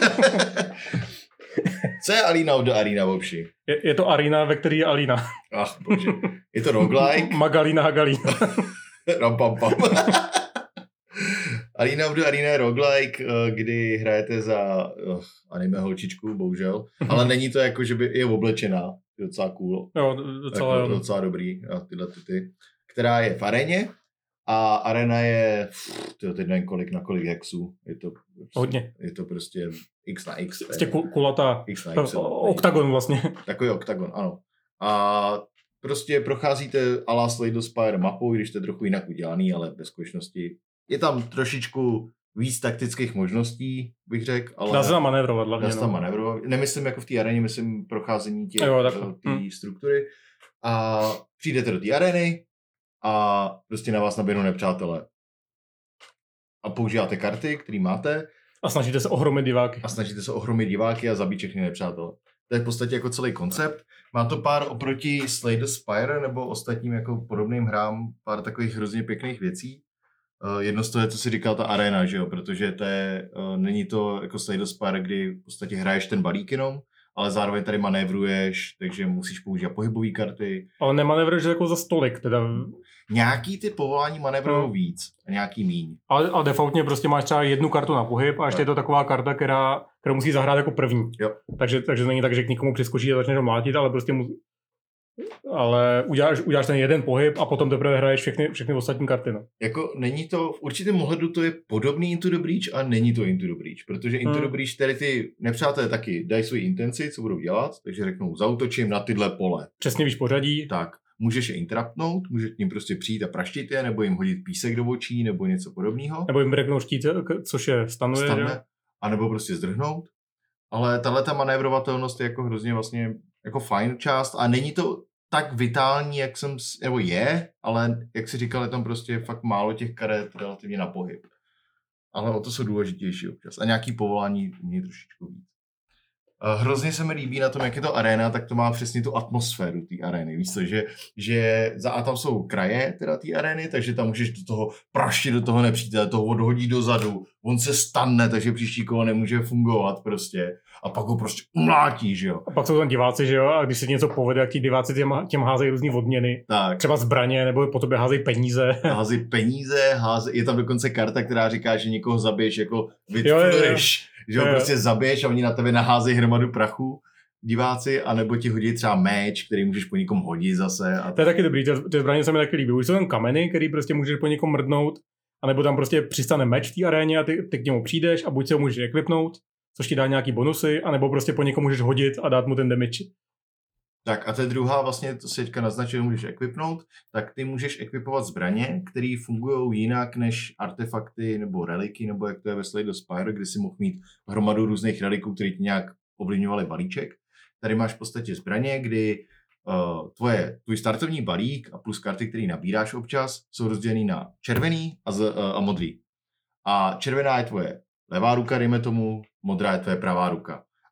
Speaker 2: Co je Arena of the Arena, vopši?
Speaker 1: Je to arena, ve které je Alina.
Speaker 2: Ach, bože. Je to roguelike?
Speaker 1: Magalina Hagalina.
Speaker 2: Rampampam. Arena of the Arena je roguelike, kdy hrajete za anime holčičku, bohužel. Ale není to jako, že by je oblečená. Docela cool.
Speaker 1: Jo,
Speaker 2: docela dobrý. A tyhle ty. Která je v aréně. A arena je, teď nevím na kolik hexů. Je to
Speaker 1: hodně.
Speaker 2: Je to prostě x na x.
Speaker 1: Prostě kulatá.
Speaker 2: X na x.
Speaker 1: Oktagon vlastně.
Speaker 2: Takový oktagon, ano. A prostě procházíte a la Slay the Spire mapou, když to je trochu jinak udělaný, ale ve skutečnosti je tam trošičku víc taktických možností, bych řekl. Ale
Speaker 1: dá se tam manévrovat hlavně.
Speaker 2: Dá se tam manévrovat. Nemyslím jako v té aréně, myslím procházení té struktury. A přijdete do té arény a prostě na vás naběhnou nepřátelé. A používáte karty, které máte.
Speaker 1: A snažíte se ohromit
Speaker 2: diváky. A zabít všechny nepřátelé. To je v podstatě jako celý koncept. Má to pár oproti Slay the Spire nebo ostatním jako podobným hrám pár takových hrozně pěkných věcí. Jedno z toho je, co si říkal, ta arena, že jo? Protože to je, není to jako Slay the Spire, kdy v podstatě hraješ ten balík jenom, ale zároveň tady manévruješ, takže musíš používat pohybové karty.
Speaker 1: Ale nemanévruješ jako za stolik, teda.
Speaker 2: Nějaký ty povolání manévrujou víc a nějaký míň.
Speaker 1: Ale defaultně prostě máš třeba jednu kartu na pohyb a ještě je to taková karta, kterou musí zahrát jako první.
Speaker 2: Jo.
Speaker 1: Takže není tak, že k někomu přiskočí a začneš ho mlátit, ale prostě ale uděláš ten jeden pohyb a potom teprve hraješ všechny ostatní karty. No.
Speaker 2: Jako není to, v určitém ohledu to je podobný Into the Breach a není to Into the Breach, protože Into the Breach tady ty nepřátelé taky dají svoji intenci, co budou dělat, takže řeknou zaútočím na tyhle pole.
Speaker 1: Přesně víš pořadí.
Speaker 2: Tak, můžeš je interruptnout, můžeš k ním prostě přijít a praštit je, nebo jim hodit písek do očí, nebo něco podobného.
Speaker 1: Nebo jim breknout štít, což je stanuje.
Speaker 2: A nebo prostě zdrhnout. Ale tahleta manévrovatelnost je jako hrozně vlastně jako fajn část a není to tak vitální, jak jsem, nebo je, ale jak si říkal, je tam prostě fakt málo těch karet relativně na pohyb. Ale o to jsou důležitější občas. A nějaký povolání mě trošičku víc. Hrozně se mi líbí na tom, jak je to arena, tak to má přesně tu atmosféru té arény. Víš co, že a tam jsou kraje teda té arény, takže tam můžeš do toho praštit do toho nepřítele, toho odhodí dozadu, on se stane, takže příští kolo nemůže fungovat prostě. A pak ho prostě umlátí, že jo.
Speaker 1: A pak jsou tam diváci, že jo, a když se něco povede, jak ti diváci těm házejí různý odměny. Tak. Třeba zbraně, nebo po tobě házejí peníze.
Speaker 2: Házejí peníze, je tam dokonce karta, která říká, že někoho zabiješ jako vytvoříš, že ho prostě zabiješ a oni na tebe naházejí hromadu prachu, diváci, anebo ti hodí třeba meč, který můžeš po někom hodit zase.
Speaker 1: To je taky dobrý, ty zbraně se mi taky líbí. Už jsou tam kameny, který prostě můžeš po někom mrdnout, anebo tam prostě přistane meč v té aréně a ty k němu přijdeš a buď se ho můžeš equipnout, což ti dá nějaký bonusy, anebo prostě po někom můžeš hodit a dát mu ten damage.
Speaker 2: Tak a to je druhá vlastně, to se teďka naznačuje, že můžeš equipnout, tak ty můžeš equipovat zbraně, které fungují jinak než artefakty nebo reliky, nebo jak to je ve Slay the Spire, kdy si mohl mít hromadu různých reliků, které ti nějak ovlivňovaly balíček. Tady máš v podstatě zbraně, kdy tvůj startovní balík a plus karty, které nabíráš občas, jsou rozdělený na červený a modrý. A červená je tvoje levá ruka, dejme tomu, modrá je tvoje pravá ruka.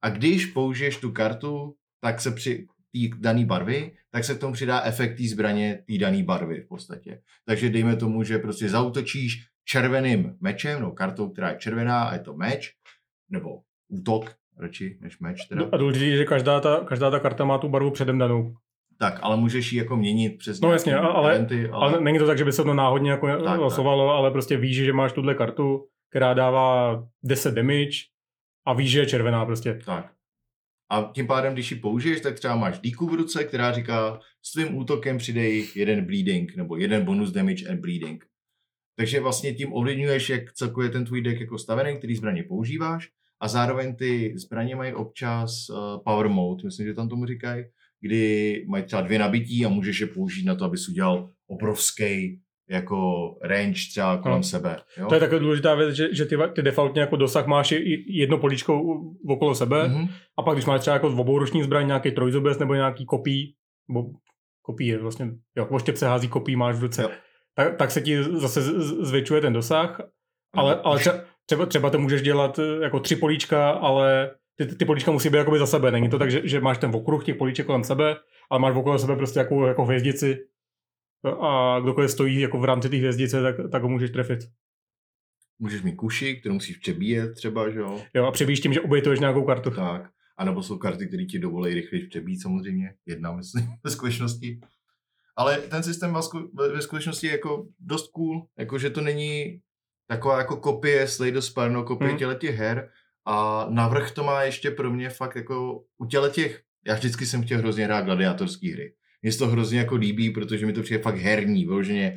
Speaker 2: A když použiješ tu kartu, tak se při té dané barvy, tak se k tomu přidá efekt té zbraně té dané barvy v podstatě. Takže dejme tomu, že prostě zaútočíš červeným mečem, no kartou, která je červená a je to meč, nebo útok, radši než meč teda.
Speaker 1: A důležité je, že každá ta karta má tu barvu předem danou.
Speaker 2: Tak, ale můžeš ji jako měnit přes
Speaker 1: no jasně,
Speaker 2: eventy,
Speaker 1: ale není to tak, že by se to náhodně jako losovalo, ale prostě víš, že máš tuhle kartu, která dává 10 damage a víš, že je červená prostě.
Speaker 2: Tak. A tím pádem, když ji použiješ, tak třeba máš díku v ruce, která říká, s tvým útokem přidej 1 bleeding, nebo 1 bonus damage and bleeding. Takže vlastně tím ovlivňuješ, jak celkově ten tvůj deck jako stavený, který zbraně používáš, a zároveň ty zbraně mají občas power mode, myslím, že tam tomu říkají, kdy mají třeba 2 nabití a můžeš je použít na to, abys udělal obrovský jako range třeba kolem sebe. Jo?
Speaker 1: To je taková důležitá věc, že ty defaultně jako dosah máš jedno políčko okolo sebe a pak když máš třeba jako obouruční zbraň, nějaký trojzubec nebo nějaký kopí, nebo kopí je vlastně, jo, oštěp se hází, kopí máš v ruce, tak se ti zase zvětšuje ten dosah, ale třeba to můžeš dělat jako 3 políčka, ale ty políčka musí být jakoby za sebe, není to tak, že máš ten okruh těch políček kolem sebe, ale máš okolo sebe prostě jako hvězdici a kdokoliv stojí jako v rámci té hvězdice, tak ho můžeš trefit.
Speaker 2: Můžeš mít kuši, kterou musíš přebíjet třeba, že jo?
Speaker 1: Jo, a přebíjíš tím, že obětuješ nějakou kartu.
Speaker 2: Tak, a nebo jsou karty, které ti dovolí rychleji přebít samozřejmě, jedna myslím ve skutečnosti. Ale ten systém ve skutečnosti je jako dost cool, jakože to není taková jako kopie Slay the Spire, no kopie těch her, a navrch to má ještě pro mě fakt jako u těch, já vždycky jsem chtěl hrozně hrát gladiátorský hry. Mně se to hrozně jako líbí, protože mi to přijde fakt herní, vyloženě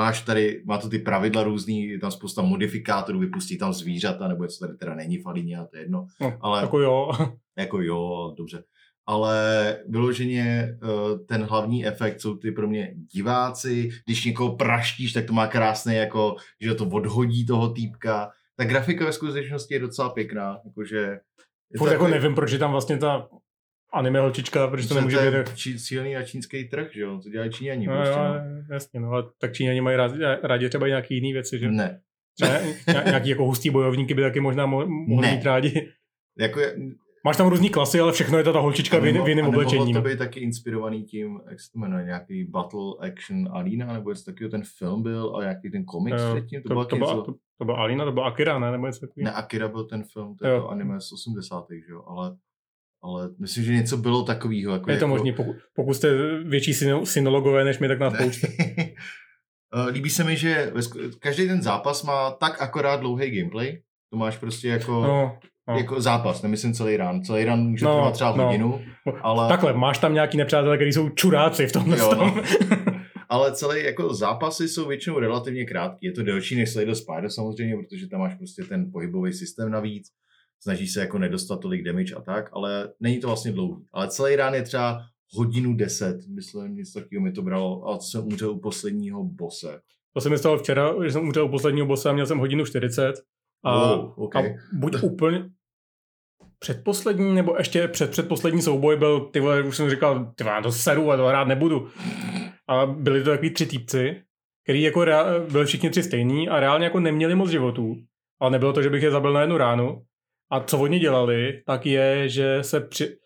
Speaker 2: má to ty pravidla různý, je tam spousta modifikátorů, vypustí tam zvířata, nebo co tady teda není v Alině, a to je jedno.
Speaker 1: No, ale jako jo.
Speaker 2: Jako jo, dobře. Ale vyloženě ten hlavní efekt jsou ty pro mě diváci, když někoho praštíš, tak to má krásné jako, že to odhodí toho týpka. Ta grafika ve skutečnosti je docela pěkná, jakože...
Speaker 1: Furt jako nevím, proč je tam vlastně ta anime holčička, protože to nemůže být...
Speaker 2: Cílený na čínský trh, že jo? To dělají Číňani.
Speaker 1: No,
Speaker 2: prostě,
Speaker 1: no. Jasně, no, ale tak Číňani mají rádi třeba nějaký jiný věci, že?
Speaker 2: Ne.
Speaker 1: Nějaký jako hustý bojovníky by taky možná mohli mít rádi.
Speaker 2: Jako
Speaker 1: máš tam různý klasy, ale všechno je ta holčička v jiném oblečení.
Speaker 2: A nemohlo to být taky inspirovaný tím, jak se to jmenuje, nějaký Battle Action Alina, nebo jestli taky ten film byl, a nějaký ten komiks předtím.
Speaker 1: To byla Alina, to byla Akira, ne? Nebo
Speaker 2: ne, Akira byl ten film, to je to anime z 80. že jo, ale myslím, že něco bylo takového. Jako
Speaker 1: je to možný, pokud jste větší synologové než my, tak nás poučte.
Speaker 2: Líbí se mi, že každý ten zápas má tak akorát dlouhý gameplay. To máš prostě jako zápas, nemyslím celý run. Celý run může trvat třeba hodinu, ale...
Speaker 1: Takhle, máš tam nějaký nepřátelé, kteří jsou čuráci v tomhle tom.
Speaker 2: Ale celé jako zápasy jsou většinou relativně krátký. Je to delší než Slay the Spire samozřejmě, protože tam máš prostě ten pohybový systém navíc. Snaží se jako nedostat tolik damage a tak, ale není to vlastně dlouhý. Ale celý run je třeba 1:10, myslím, něco takového mi to bralo, a jsem umřel u posledního bose.
Speaker 1: To se mi stalo včera, že jsem umřel u posledního bose a měl jsem 1:40. A buď úplně předposlední, nebo ještě předposlední souboj byl, ty vole, už jsem říkal, ty vole, to seru a to hrát nebudu. A byli to takový 3 týpci, který jako byli všichni 3 stejní a reálně jako neměli moc životů. Ale nebylo to, že bych je zabil na jednu ránu. A co oni dělali, tak je, že se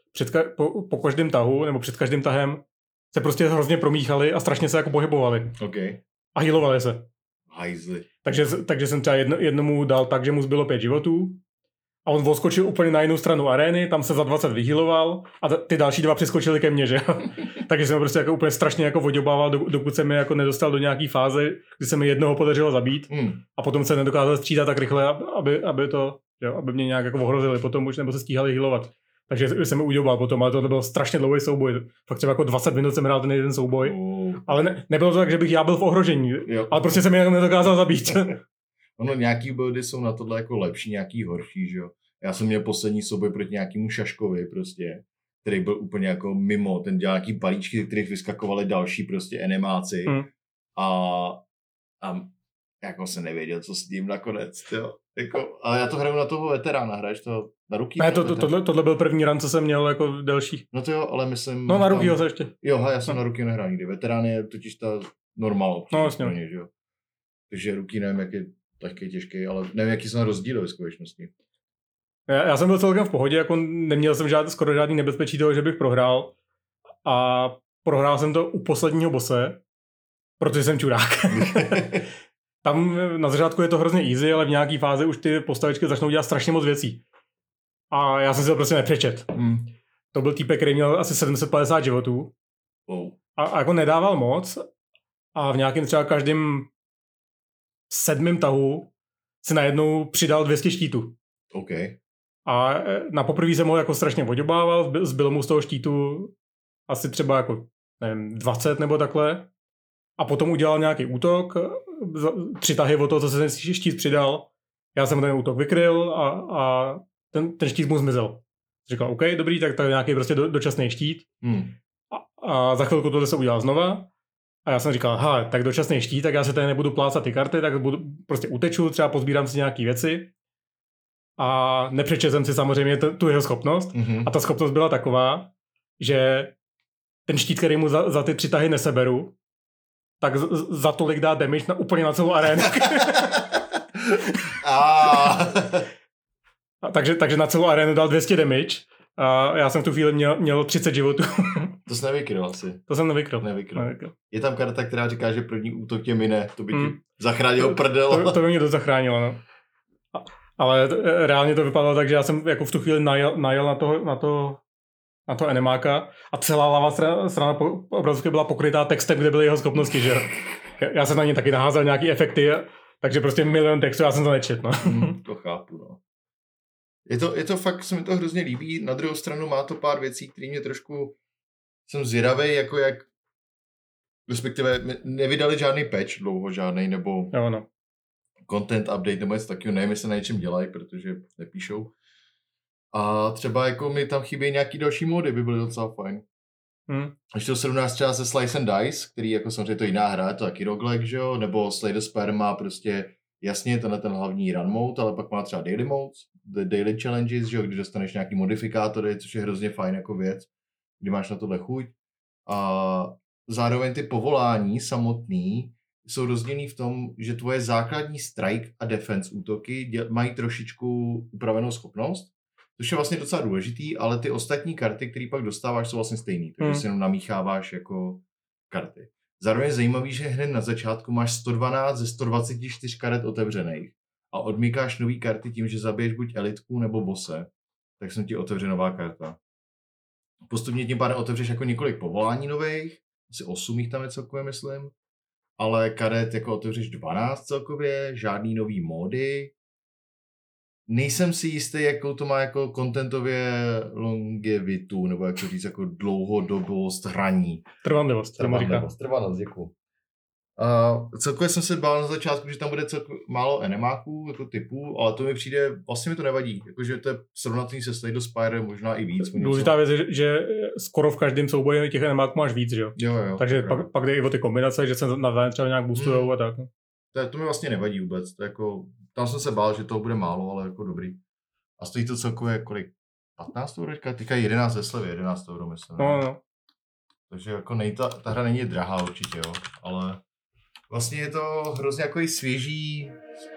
Speaker 1: po každém tahu, nebo před každým tahem se prostě hrozně promíchali a strašně se jako pohybovali.
Speaker 2: Okay.
Speaker 1: A healovali se.
Speaker 2: Hajzli.
Speaker 1: Takže jsem třeba jednomu dal tak, že mu zbylo 5 životů a on odskočil úplně na jinou stranu arény, tam se za 20 vyhealoval a ty další 2 přeskočili ke mně, že? Takže jsem prostě jako úplně strašně jako vodobával, dokud se mi jako nedostal do nějaký fáze, kdy se mi jednoho podařilo zabít a potom se nedokázal střídat tak rychle, aby mě nějak jako ohrozili potom už, nebo se stíhali healovat. Takže jsem udělal potom, ale to byl strašně dlouhý souboj. Fakt třeba jako 20 minut jsem hrál ten jeden souboj. Ale nebylo to tak, že bych já byl v ohrožení. Jo. Ale prostě jsem je nedokázal zabít.
Speaker 2: Ono, nějaký buildy jsou na tohle jako lepší, nějaký horší, že jo. Já jsem měl poslední souboj proti nějakému šaškovi prostě, který byl úplně jako mimo. Ten dělal nějaký balíčky, z kterých vyskakovali další prostě enemáci. A jako jsem nevěděl, co s tím nakonec, jo. Jako, ale já to hraju na toho veterána, hraješ to na ruky?
Speaker 1: Ne, tohle byl první run, co jsem měl jako delší.
Speaker 2: No to jo, ale myslím...
Speaker 1: No na ruky ho se ještě.
Speaker 2: Jo, já jsem na ruky nehrál nikdy. Veterán je totiž ta normál.
Speaker 1: No vlastně.
Speaker 2: Že jo. Takže ruky nevím, jak je taky těžký, ale nevím, jaký jsou rozdíly ve skutečnosti.
Speaker 1: Já jsem byl celkem v pohodě, jako neměl jsem skoro žádný nebezpečí toho, že bych prohrál. A prohrál jsem to u posledního bose, protože jsem čurák. Tam na začátku je to hrozně easy, ale v nějaký fázi už ty postavičky začnou dělat strašně moc věcí. A já jsem si to prostě nepřečet. To byl týpek, který měl asi 750 životů. A jako nedával moc. A v nějakém třeba každém 7. tahu si najednou přidal 200 štítů.
Speaker 2: Okay.
Speaker 1: A na poprvé jsem ho jako strašně odobával, zbylo mu z toho štítu asi třeba jako, nevím, 20 nebo takhle. A potom udělal nějaký útok, 3 tahy od toho, co se ten štít přidal. Já jsem ten útok vykryl a ten štít mu zmizel. Říkal, OK, dobrý, tak to je nějaký prostě dočasný štít. A za chvilku tohle se udělal znova. A já jsem říkal, tak dočasný štít, tak já se tady nebudu plácat ty karty, tak prostě uteču, třeba pozbírám si nějaký věci. A nepřečetl jsem si samozřejmě tu jeho schopnost. A ta schopnost byla taková, že ten štít, který mu za ty 3 tahy neseberu, tak za tolik dá damage úplně na celou arénu. takže na celou arénu dal 200 damage a já jsem v tu chvíli měl 30 životů.
Speaker 2: To jsi nevykryl asi.
Speaker 1: To jsem nevykryl.
Speaker 2: Je tam karta, která říká, že první útok tě mine, to by ti zachránil prdel.
Speaker 1: To by mě to zachránilo, no. Ale reálně to vypadalo tak, že já jsem jako v tu chvíli najel na to enemáka a celá lava strana obrazovky byla pokrytá textem, kde byly jeho schopnosti, že já jsem na ně taky naházel nějaký efekty, takže prostě milion textů, já jsem to nečet, no.
Speaker 2: To chápu, no. Je to fakt, se mi to hrozně líbí, na druhou stranu má to pár věcí, které mě trošku, jsem zvědavej, jako jak, respektive nevydali žádný patch dlouho, žádnej, nebo
Speaker 1: jo, no.
Speaker 2: Content update, nebo něco takového, nevím, jestli na něčem dělají, protože nepíšou. A třeba jako mi tam chybí nějaký další módy, by byly docela fajn. Ještě to 17 část ze Slice and Dice, který jako samozřejmě to jiná hra, je to taky roguelike, že jo, nebo Slay the Spire má prostě jasně ten hlavní run mode, ale pak má třeba daily modes, daily challenges, že jo, kdy dostaneš nějaký modifikátory, což je hrozně fajn jako věc, kdy máš na tohle chuť. A zároveň ty povolání samotný jsou rozdělený v tom, že tvoje základní strike a defense útoky mají trošičku upravenou schopnost, což je vlastně docela důležitý, ale ty ostatní karty, které pak dostáváš, jsou vlastně stejný, takže si jenom namícháváš jako karty. Zároveň je zajímavý, že hned na začátku máš 112 ze 124 karet otevřených a odmykáš nový karty tím, že zabiješ buď elitku nebo bose, tak jsem ti otevře nová karta. Postupně tím pádem otevřeš jako několik povolání nových, asi 8 jich tam je celkově, myslím, ale karet jako otevřeš 12 celkově, žádný nový módy. Nejsem si jistý, jakou to má jako contentově longevitu, nebo jak to říct, jako dlouhodobost hraní.
Speaker 1: Trvanlivost,
Speaker 2: děkuji. Celkově jsem se bál na začátku, že tam bude málo enemáků, jako typů, ale to mi přijde, vlastně mi to nevadí, jakože to je srovnatelný se Slay the Spire, možná i víc.
Speaker 1: Důležitá věc je, že skoro v každém souboji těch enemáků máš víc, že jo?
Speaker 2: Jo.
Speaker 1: Takže pak jde i o ty kombinace, že se navzájem třeba nějak boostujou a tak.
Speaker 2: To mi vlastně nevadí vůbec, to jako, tam jsem se bál, že toho bude málo, ale jako dobrý. A stojí to celkově kolik? 15 €? Teďka 11 ve slevě, 11 €, myslím.
Speaker 1: No.
Speaker 2: Takže jako ta hra není drahá určitě, jo, ale vlastně je to hrozně jako i svěží.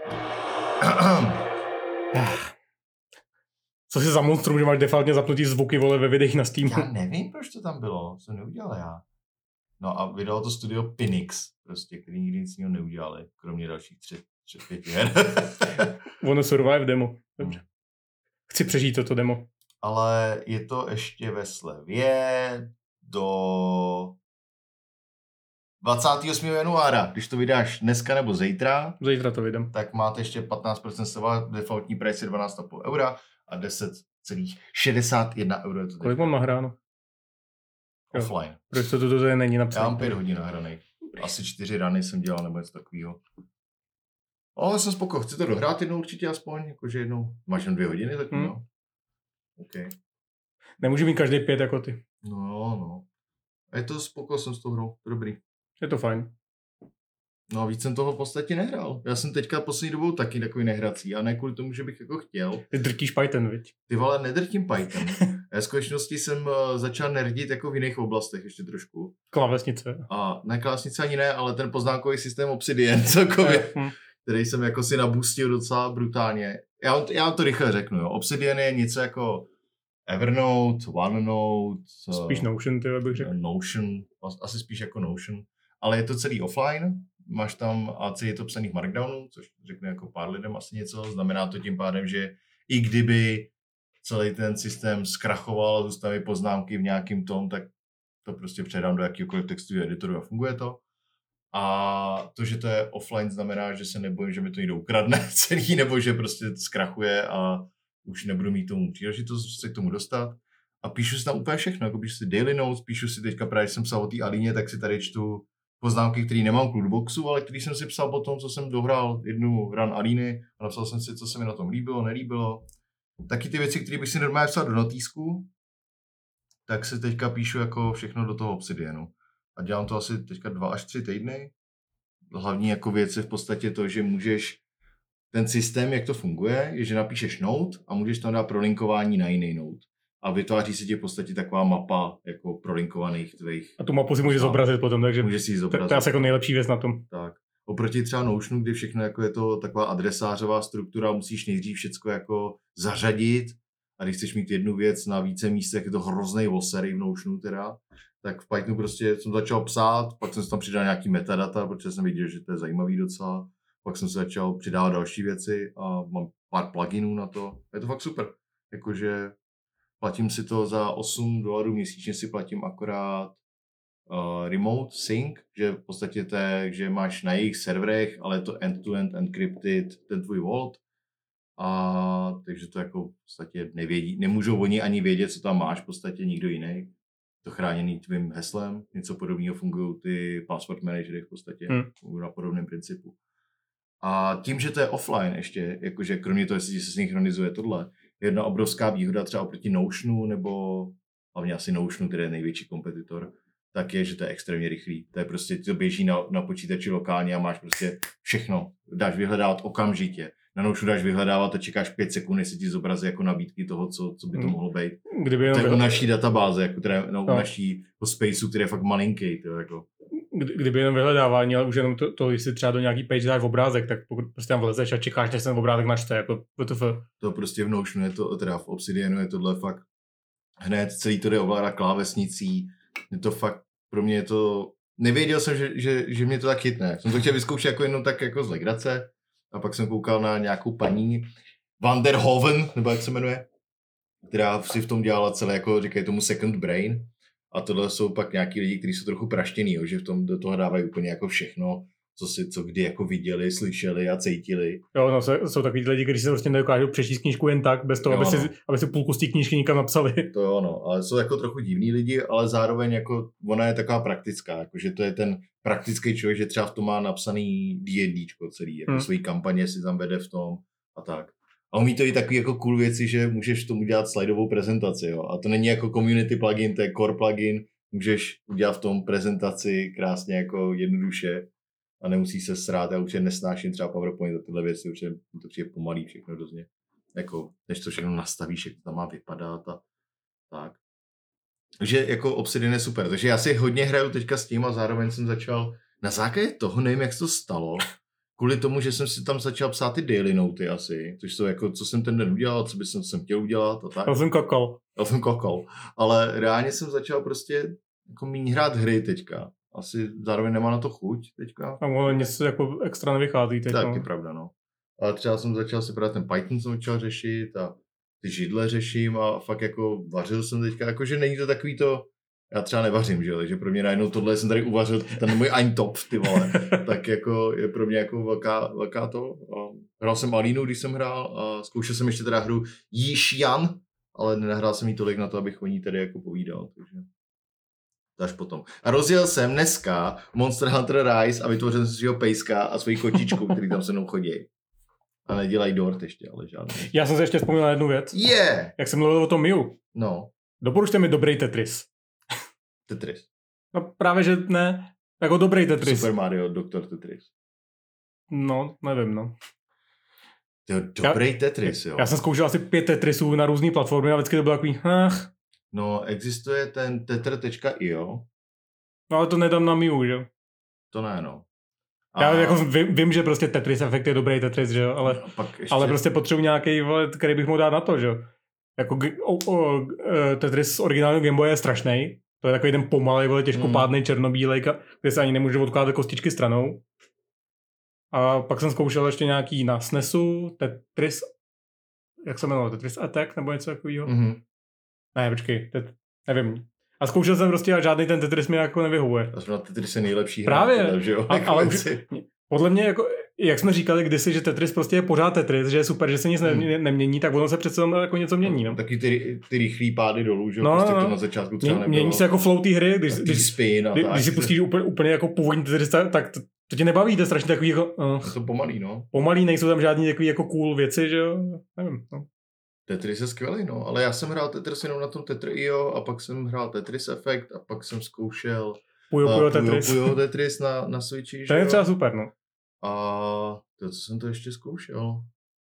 Speaker 1: Co si za monstrum, že máš defaultně zapnutý zvuky, vole, ve videích na Steamu?
Speaker 2: Já nevím, proč to tam bylo, co neudělal já. No a vydalo to studio Pinix, prostě, který nikdy nic jiného neudělali, kromě dalších 3-5 her.
Speaker 1: Wanna Survive demo. Dobře. Chci přežít toto demo.
Speaker 2: Ale je to ještě ve slevě do 28. januára. Když to vydáš dneska nebo zítra,
Speaker 1: To vydám.
Speaker 2: Tak máte ještě 15% sleva, defaultní price je 12,5 € a 10,61 €.
Speaker 1: Kolik mám nahráno?
Speaker 2: Offline.
Speaker 1: Proč to tady není napsané?
Speaker 2: Já mám 5 hodin nahranej. Asi 4 runy jsem dělal nebo něco takového. Ale jsem spokojený. Chci to dohrát jednou určitě aspoň, jakože jednou. Máš jen 2 hodiny zatím, no? OK.
Speaker 1: Nemůžu mít každý 5 jako ty.
Speaker 2: No. Je to spokojený, jsem s tou hrou. Dobrý.
Speaker 1: Je to fajn.
Speaker 2: No a víc jsem toho v podstatě nehrál. Já jsem teďka poslední dobou taky takový nehrací a ne kvůli tomu, že bych jako chtěl.
Speaker 1: Ty drtíš Python, viď?
Speaker 2: Ty vole, nedrtím Python. Já v skutečnosti jsem začal nerdit jako v jiných oblastech ještě trošku.
Speaker 1: Klávesnice.
Speaker 2: A ne klávesnice ani ne, ale ten poznámkový systém Obsidian celkově, který jsem jako si nabustil docela brutálně. Já vám to rychle řeknu, jo. Obsidian je něco jako Evernote, OneNote.
Speaker 1: Spíš Notion, ty bych řekl.
Speaker 2: Notion, asi spíš jako Notion. Ale je to celý offline, máš tam AC, je to psaný v Markdownu, což řekne jako pár lidem asi něco. Znamená to tím pádem, že i kdyby celý ten systém zkrachoval a zůstaly poznámky v nějakým tom, tak to prostě předám do jakýkoliv textového editoru a funguje to. A to, že to je offline, znamená, že se nebojím, že mi to někdo ukradne celý, nebo že prostě zkrachuje a už nebudu mít tomu příležitost se k tomu dostat. A píšu si tam úplně všechno, jako píšu si daily notes, píšu si teďka právě, když jsem psal o té Alíně, tak si tady čtu poznámky, které nemám v Clueboxu, ale který jsem si psal po tom, co jsem dohrál jednu run Alíny a napsal jsem si, co se mi na tom líbilo, nelíbilo. Taky ty věci, které bych si normálně psal do notýsku, tak si teďka píšu jako všechno do toho Obsidianu. A dělám to asi teďka 2 až 3 týdny. Hlavní jako věc je v podstatě to, že můžeš ten systém, jak to funguje, je, že napíšeš note a můžeš tam dát prolinkování na jiný note. A vytváří se ti v podstatě taková mapa jako prolinkovaných tvých.
Speaker 1: A tu mapu si můžeš zobrazit potom, takže
Speaker 2: můžeš si ji zobrazit.
Speaker 1: To je asi jako nejlepší věc na tom.
Speaker 2: Tak. Oproti třeba Notionu, kdy všechno jako je to taková adresářová struktura, musíš nejdřív všechno jako zařadit. A když chceš mít jednu věc na více místech, je to hrozný vosery v Notionu teda. Tak v Pythonu prostě jsem začal psát, pak jsem si tam přidal nějaký metadata, protože jsem viděl, že to je zajímavý docela. Pak jsem se začal přidávat další věci a mám pár pluginů na to. Je to fakt super. Jakože platím si to za $8 měsíčně, si platím akorát remote sync, že v podstatě to je, že máš na jejich serverech, ale je to end-to-end encrypted ten tvůj vault. A takže to jako v podstatě nevědí, nemůžou oni ani vědět, co tam máš, v podstatě nikdo jiný. To chráněný tvým heslem, něco podobného fungují ty password managery v podstatě, na podobném principu. A tím, že to je offline ještě, jakože kromě toho, jestli se synchronizuje tohle, jedna obrovská výhoda třeba oproti Notionu, nebo hlavně asi Notionu, který je největší kompetitor, tak je, že to je extrémně rychlý. To je prostě, to běží na počítači lokálně a máš prostě všechno. Dáš vyhledávat okamžitě. Na Notionu dáš vyhledávat a čekáš 5 sekund, jestli ti zobrazí jako nabídky toho, co by to mohlo být.
Speaker 1: Kdyby
Speaker 2: to je u naší databáze, jako teda, u naší spaceu, který je fakt malinký. To jako.
Speaker 1: Kdyby jenom vyhledávání, ale už jenom to, jestli třeba do nějaký page dáš obrázek, tak pokud prostě tam vlezeš a čekáš, než ten obrázek načte, jako WTF.
Speaker 2: To prostě v Notionu je to, teda v Obsidianu je tohle fakt hned, celý to jde ovládat klávesnicí, je to fakt, pro mě je to, nevěděl jsem, že mě to tak chytne. Jsem to chtěl vyzkoušet jako jenom tak jako z legrace a pak jsem koukal na nějakou paní Van der Hoven, nebo jak se jmenuje, která si v tom dělala celé, jako říkají tomu second brain. A tohle jsou pak nějaký lidi, kteří jsou trochu praštěný, jo, že v tom do toho dávají úplně jako všechno, co kdy jako viděli, slyšeli a cítili.
Speaker 1: Jo, no, jsou takový lidi, kteří se prostě nedokážou přečíst knížku jen tak, bez toho, aby si půlku z té knížky nikam napsali.
Speaker 2: To jo, no, ale jsou jako trochu divní lidi, ale zároveň jako ona je taková praktická, jakože to je ten praktický člověk, že třeba v tom má napsaný D&Dčko celý, jako svojí kampaně si tam vede v tom a tak. A umí to i takový jako cool věci, že můžeš tomu dělat slajdovou prezentaci, jo. A to není jako community plugin, to je core plugin, můžeš udělat v tom prezentaci krásně jako jednoduše a nemusí se srát. Já určitě nesnáším třeba PowerPoint za tyhle věci, určitě to přijde pomalý všechno hrozně. Jako, než to všechno nastavíš, jak to tam má vypadat a tak. Takže jako Obsidian je super. Takže já si hodně hraju teďka s tím a zároveň jsem začal, na základě toho, nevím, jak se to stalo, kvůli tomu, že jsem si tam začal psát ty daily noty asi, což jsou jako, co jsem ten den udělal, co bych jsem chtěl udělat a tak.
Speaker 1: Já jsem kakal.
Speaker 2: Ale reálně jsem začal prostě jako míň hrát hry teďka. Asi zároveň nemá na to chuť teďka.
Speaker 1: A ono něco jako extra nevychází teď.
Speaker 2: Tak je pravda, no. Ale třeba jsem začal si právě ten Python jsem začal řešit a ty židle řeším a fakt jako vařil jsem teďka, jakože není to takový to, já třeba nevařím, že jo, takže pro mě najednou tohle jsem tady uvařil, ten můj Eintopf, ty vole, tak jako je pro mě jako velká to. Hrál jsem Alínu, když jsem hrál a zkoušel jsem ještě teda hru Yixian, ale nenahrál jsem jí tolik na to, abych o ní tady jako povídal, takže to až potom. A rozjel jsem dneska Monster Hunter Rise a vytvořil jsem svýho pejska a svoji kočičku, který tam se mnou chodí. A nedělají dort ještě, ale žádný.
Speaker 1: Já jsem se ještě vzpomněl na jednu věc. Jak jsem mluvil o tom Miu.
Speaker 2: No.
Speaker 1: Doporučte mi dobrý Tetris.
Speaker 2: Tetris.
Speaker 1: No právě, že ne. Jako dobrý Tetris.
Speaker 2: Super Mario, Doktor Tetris.
Speaker 1: No, nevím, no.
Speaker 2: Dobrý Tetris, jo.
Speaker 1: Já jsem zkoušel asi 5 Tetrisů na různý platformy a vždycky to bylo takový,
Speaker 2: No, existuje ten tetr.io.
Speaker 1: No ale to nedám na Miu, že?
Speaker 2: To ne, no.
Speaker 1: Já jako vím, že prostě Tetris Effect je dobrý Tetris, že jo, ale prostě potřebuji nějaký, který bych mohl dát na to, že jo. Jako Tetris z originálního Game Boye je strašný. To je takový ten pomalej, těžkopádnej černobílej, kde se ani nemůže odkládat kostičky stranou. A pak jsem zkoušel ještě nějaký na SNESu, Tetris, jak se jmenovalo, Tetris Attack nebo něco takového. Ne, počkej, nevím. A zkoušel jsem prostě a žádný ten Tetris mi jako nevyhovuje.
Speaker 2: A Tetris je nejlepší
Speaker 1: hra. Právě,
Speaker 2: že jo?
Speaker 1: Ale podle mě, jako, jak jsme říkali kdysi, že Tetris prostě je pořád Tetris, že je super, že se nic nemění, tak ono se přece jako něco mění. No.
Speaker 2: Taky ty rychlý pády dolů, že jo? Prostě to na začátku třeba nebylo.
Speaker 1: Mění se jako flow té hry, když si pustíš úplně jako původní Tetris, tak to tě nebaví, to je strašně takový jako...
Speaker 2: Je to pomalý, no.
Speaker 1: Pomalý, nejsou tam žádný takový jako cool věci, že jo? Nevím, no.
Speaker 2: Tetris je skvělý, no, ale já jsem hrál Tetris jenom na tom Tetris.io a pak jsem hrál Tetris Effect a pak jsem zkoušel
Speaker 1: Puyo
Speaker 2: Tetris na Switchi,
Speaker 1: to je třeba super, no.
Speaker 2: A to, co jsem to ještě zkoušel,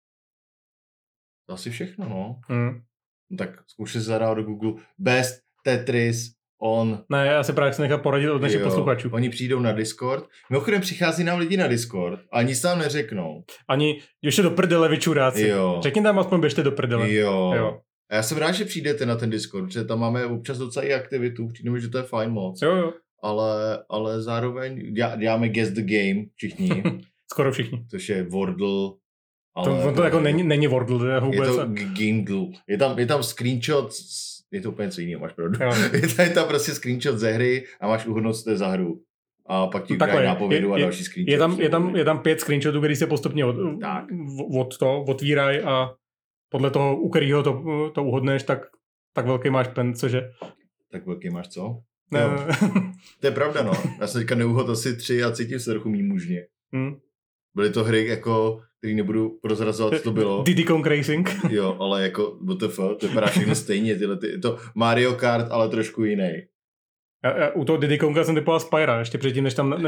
Speaker 2: to asi všechno, no. No tak zkoušel se zahrát do Google Best Tetris on...
Speaker 1: Ne, já si právě chci nechat poradit od našich posluchačů.
Speaker 2: Oni přijdou na Discord. Mimochodem přichází nám lidi na Discord a nic tam neřeknou.
Speaker 1: Ani ještě do prdele, vy čuráci. Řekni tam aspoň běžte do prdele.
Speaker 2: Jo. A já jsem rád, že přijdete na ten Discord, protože tam máme občas docela i aktivitu. Přijde mi, že to je fajn moc.
Speaker 1: Jo.
Speaker 2: Ale zároveň děláme Guess the Game všichni.
Speaker 1: Skoro všichni.
Speaker 2: Což je Wordle.
Speaker 1: Ale to jako není Wordle, to je vůbec.
Speaker 2: Je to Gimgle. Je tam screenshot, je to úplně něco jiného, máš pravdu. Je tam prostě screenshot ze hry a máš uhodnout, co to je za hru. A pak ti dají nápovědu a další screenshot.
Speaker 1: Je tam 5 screenshotů, který se postupně otvírají a podle toho, u kterého to uhodneš, tak velký máš pen, cože?
Speaker 2: Tak velký máš co? No. To je pravda, no. Já jsem teďka neuhodl asi 3 a cítím se trochu méně mužně. Byly to hry, jako, který nebudu prozrazovat, co to bylo.
Speaker 1: Diddy Kong Racing.
Speaker 2: Jo, ale jako WTF, to vypadá všechno stejně. To Mario Kart, ale trošku jiný.
Speaker 1: U toho Diddy Konga jsem typoval Spyra, ještě předtím, než tam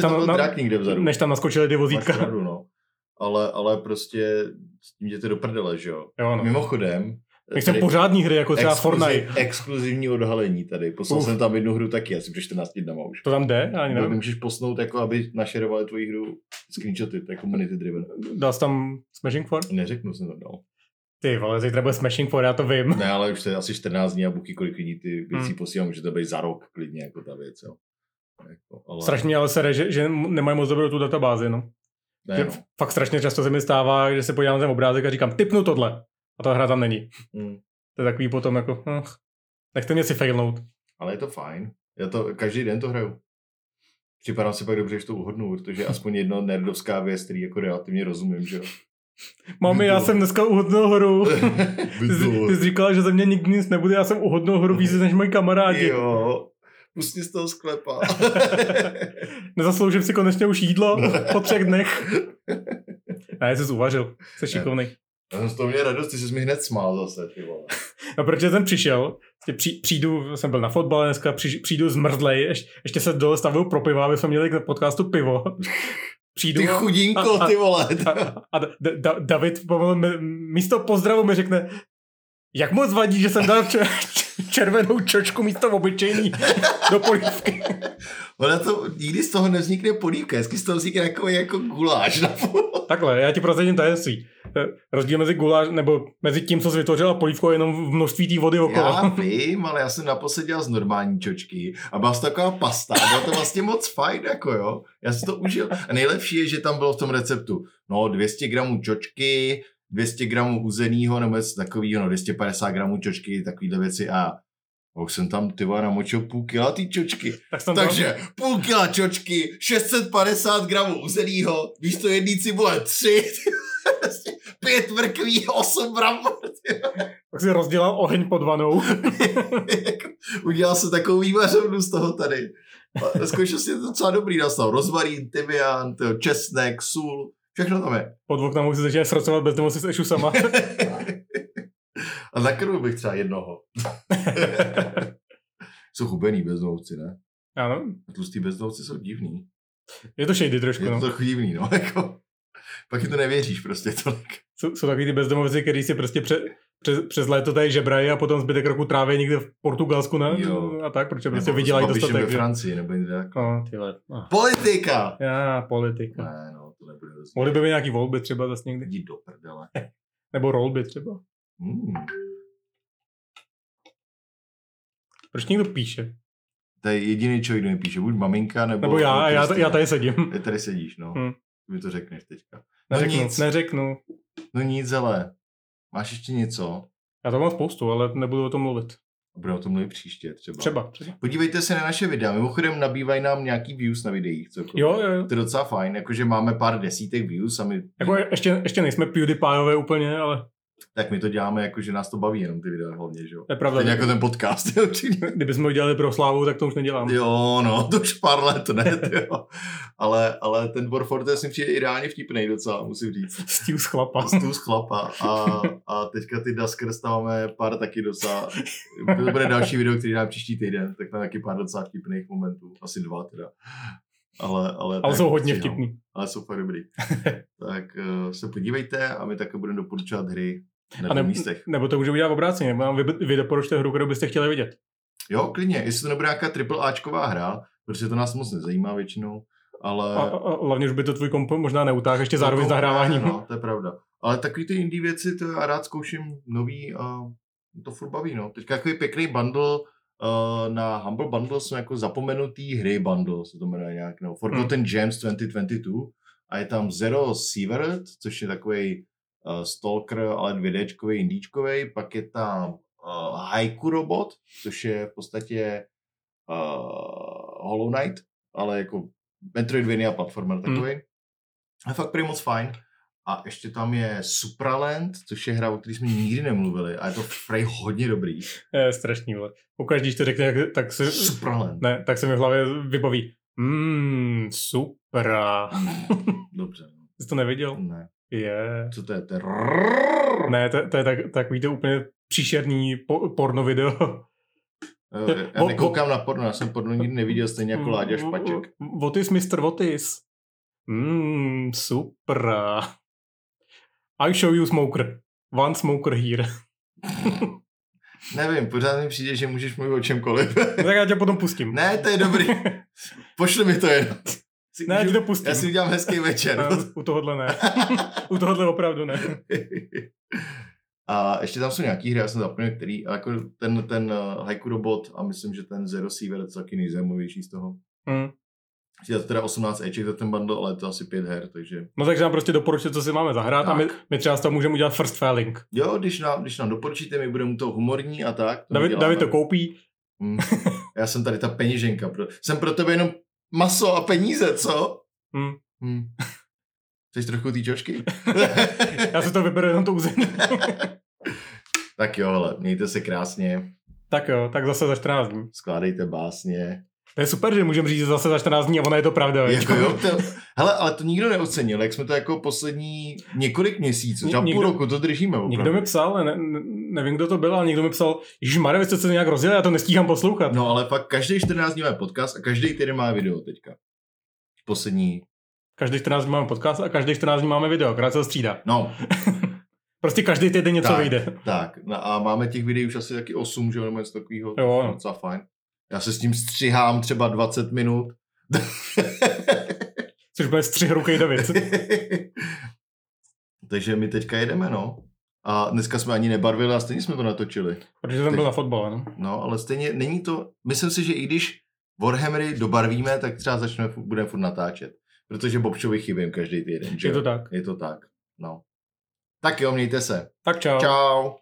Speaker 1: než tam naskočili ty vozítka.
Speaker 2: Máš pravdu, no. Ale prostě s tím jdete do prdele, že jo?
Speaker 1: No.
Speaker 2: Mimochodem,
Speaker 1: jsou pořádní hry, jako třeba Fortnite.
Speaker 2: Exkluzivní odhalení tady. Poslal jsem tam jednu hru taky, asi před 14 dnama už.
Speaker 1: To tam jde? Já ani nevím.
Speaker 2: Můžeš posnout, jako aby našerovali tvoji hru screenshoty, to je community driven.
Speaker 1: Dal jsi tam Smashing 4?
Speaker 2: Neřeknu, jsem tam dal.
Speaker 1: Ty vole, zítra bude Smashing 4, já to vím.
Speaker 2: Ne, ale už to je asi 14 dní a buky, kolik lidí ty věci posílám, může to být za rok klidně, jako ta věc, jo.
Speaker 1: Ale... Strašně mě ale sere, že nemají moc dobrou tu databázi, no.
Speaker 2: Ne, no.
Speaker 1: Fakt strašně často se mi stává, že se podívám na ten obrázek a říkám, tipnu tohle. A ta hra tam není. To je takový potom jako, nechte mě si failnout.
Speaker 2: Ale je to fajn. Já to každý den to hraju. Připadám si pak dobře, že to uhodnu, protože aspoň jedno nerdovská věc, který jako relativně rozumím, že jo.
Speaker 1: Mami, já jsem dneska uhodnul hru. Ty jsi říkala, že ze mě nikdy nic nebude, já jsem uhodnul hru víc než moji kamarádi.
Speaker 2: Jo, pusti z toho sklepa.
Speaker 1: Nezasloužím si konečně už jídlo po 3 dnech. Ne, jsi uvařil, jsi šikovnej.
Speaker 2: Já jsem z toho měl radost, ty jsi mi hned smál zase, ty vole.
Speaker 1: No, protože jsem přišel, přijdu, jsem byl na fotbale dneska, přijdu zmrzlej, ještě se dole stavuju pro pivo, aby jsme měli k podcastu pivo. Přijdu
Speaker 2: ty chudinko, ty vole.
Speaker 1: A David místo pozdravu mi řekne, jak moc vadí, že jsem dal červenou čočku místo obyčejný do polívky.
Speaker 2: Ona to nikdy z toho nevznikne polívka, hezky z toho vznikne jako guláš.
Speaker 1: Takhle, já ti prozradím tajemství. Rozdíl mezi guláš, nebo mezi tím, co jsi vytvořil a polívkou je jenom v množství té vody okolo.
Speaker 2: Já vím, ale já jsem naposled dělal z normální čočky a byla to taková pasta, bylo to vlastně moc fajn, jako jo. Já si to užil. A nejlepší je, že tam bylo v tom receptu, 200 gramů čočky, 200 gramů uzenýho, nebo něco takového, 250 gramů čočky, takovýhle věci a už jsem tam namočil půl kila té čočky. Takže půl kila čočky, 650 gramů uzenýho, místo jedný cibule 3, 5 mrkví, 8 bramor.
Speaker 1: Tak si rozdělal oheň pod vanou.
Speaker 2: Udělal jsem takovou vývařovnu z toho tady. Zkoušel si to docela dobrý nastal. Rozvarín, tymián, česnek, sůl, všechno tam je.
Speaker 1: Pod oknem si začíná sracovat bez toho si ešu sama.
Speaker 2: A nakrmil bych třeba jednoho. Jsou hubený bezdomovci, ne?
Speaker 1: Ano.
Speaker 2: Tlustý bezdomovci jsou divný.
Speaker 1: Je to shady trošku,
Speaker 2: Je to trochu divný, no. Jako, pak je to nevěříš prostě tolik.
Speaker 1: Jsou takový ty bezdomovci, který si prostě přes léto tady žebrají a potom zbytek roku tráví někde v Portugalsku a tak, protože prostě vydělají dostatek.
Speaker 2: Ve Francii, nebo někde tak.
Speaker 1: No, tyhle.
Speaker 2: Politika!
Speaker 1: Politika.
Speaker 2: Ne, no, to nebude rozumím.
Speaker 1: Mohly by být nějaký volby třeba zase někdy.
Speaker 2: Jdi do prdele.
Speaker 1: Nebo rolby třeba. Proč někdo píše?
Speaker 2: To je jediný člověk, kdo mi píše. Buď maminka,
Speaker 1: nebo já tady sedím.
Speaker 2: Ty tady sedíš, no. Ty mi to řekneš teďka.
Speaker 1: Neřeknu.
Speaker 2: No nic, ale máš ještě něco?
Speaker 1: Já to mám spoustu, ale nebudu o tom mluvit.
Speaker 2: Budeme o tom mluvit příště třeba. Podívejte se na naše videa. Mimochodem nabývají nám nějaký views na videích.
Speaker 1: Jo.
Speaker 2: To je docela fajn, jakože máme pár desítek views a my...
Speaker 1: Jako ještě nejsme PewDiePieové úplně, ale...
Speaker 2: Tak my to děláme, jakože nás to baví jenom ty videa hlavně, že jo?
Speaker 1: To je pravda.
Speaker 2: Teď jako ten podcast.
Speaker 1: Kdybychom ho dělali pro slávu, tak to už neděláme.
Speaker 2: Jo, no, to už pár let, ne, jo. Ale ten Dwarf Fortress mi přijde ideálně vtipnej docela, musím říct.
Speaker 1: Stíl z chlapa.
Speaker 2: A teďka ty Duskers tam máme pár taky docela, to bude další video, který dám příští týden, tak tam taky pár docela vtipných momentů, asi 2 teda. Ale
Speaker 1: jsou hodně vtipný.
Speaker 2: Ale jsou fakt dobrý. Tak se podívejte a my taky budeme doporučovat hry na místech.
Speaker 1: Nebo to může udělat obráceně, nebo vy doporučte hru, kterou byste chtěli vidět.
Speaker 2: Jo, klidně, jestli to nebude nějaká AAAčková hra, protože to nás moc nezajímá většinou, ale...
Speaker 1: A hlavně už by to tvůj komp možná neutáhl ještě zároveň s nahráváním.
Speaker 2: No, to je pravda. Ale takový ty indie věci, to já rád zkouším nový a to furt baví, no. Teďka takový pěkný bundle na Humble Bundle jsou jako zapomenutý hry bundle, se to jmenuje nějak, no. Forgotten Gems 2022 a je tam Zero Severed, což je takový stalker, ale 2Dčkový, indíčkový, pak je tam Haiku Robot, což je v podstatě Hollow Knight, ale jako Metroidvania platformer takový. A fakt prý moc fajn. A ještě tam je Supraland, což je hra, o které jsme nikdy nemluvili a je to prej hodně dobrý.
Speaker 1: Je strašný, vole. Pokaždé, když to řekne, tak se...
Speaker 2: Supraland.
Speaker 1: Ne, tak se mi v hlavě vybaví. Supra.
Speaker 2: Dobře.
Speaker 1: Jsi to neviděl?
Speaker 2: Ne. Co to je?
Speaker 1: Ne, to je takový to úplně příšerný porno video.
Speaker 2: Já nekoukám na porno, já jsem porno nikdy neviděl, stejně jako Láďa Špaček.
Speaker 1: Votis, Mr. Votis. Supra. I show you smoker. One smoker here.
Speaker 2: Nevím, pořád mi přijde, že můžeš mluvit o čemkoliv.
Speaker 1: Tak já tě potom pustím.
Speaker 2: Ne, to je dobrý. Pošli mi to jenom.
Speaker 1: Ne, já ti to pustím.
Speaker 2: Já si udělám hezký večer.
Speaker 1: Ne, u tohohle ne. U tohohle opravdu ne.
Speaker 2: A ještě tam jsou nějaký hry, já jsem zapomněl, který, jako ten Haiku Robot a myslím, že ten Zero Seaver je taky nejzajímavější z toho. Je to teda 18 Eček za ten bundle, ale je to asi 5 her, takže...
Speaker 1: No takže nám prostě doporučit, co si máme zahrát tak. A my třeba z toho můžeme udělat first failing.
Speaker 2: Jo, když nám doporučíte, my budeme to humorní a tak.
Speaker 1: David to koupí.
Speaker 2: Já jsem tady ta peníženka. Jsem pro tebe jenom maso a peníze, co? Chceš trochu té čočky?
Speaker 1: Já si to vyberu jenom to území.
Speaker 2: Tak jo, ale mějte se krásně.
Speaker 1: Tak jo, tak zase za 14 dní.
Speaker 2: Skládejte básně.
Speaker 1: To je super, že můžeme říct zase za 14 dní a ona je to pravda.
Speaker 2: Jako jo, hele, ale to nikdo neocenil, jak jsme to jako poslední několik měsíců, třeba půl roku to držíme. Opravdu.
Speaker 1: Někdo mi psal, nevím, kdo to byl, ale někdo mi psal, ježišmarja, vy jste se nějak rozjeli, já to nestíhám poslouchat.
Speaker 2: No ale fakt každý 14 dní máme podcast a každý týden máme video teďka. Poslední.
Speaker 1: Každý 14 dní máme podcast a každý 14 dní máme video, akorát se to střídá.
Speaker 2: No.
Speaker 1: Prostě každý týden něco vyjde.
Speaker 2: Tak, no a máme těch videí už asi taky 8, že jo, nebo něco takového.
Speaker 1: Jo, no.
Speaker 2: Docela fajn. Já se s tím střihám třeba 20 minut.
Speaker 1: Což bude střihrukej David.
Speaker 2: Takže my teďka jedeme, no. A dneska jsme ani nebarvili a stejně jsme to natočili.
Speaker 1: Protože jsem byl na fotbale, no.
Speaker 2: No, ale stejně není to... Myslím si, že i když Warhammery dobarvíme, tak třeba budeme furt natáčet. Protože Bobčovi chybím každý týden, že?
Speaker 1: Je to tak.
Speaker 2: Je to tak, no. Tak jo, mějte se.
Speaker 1: Tak čau.
Speaker 2: Čau.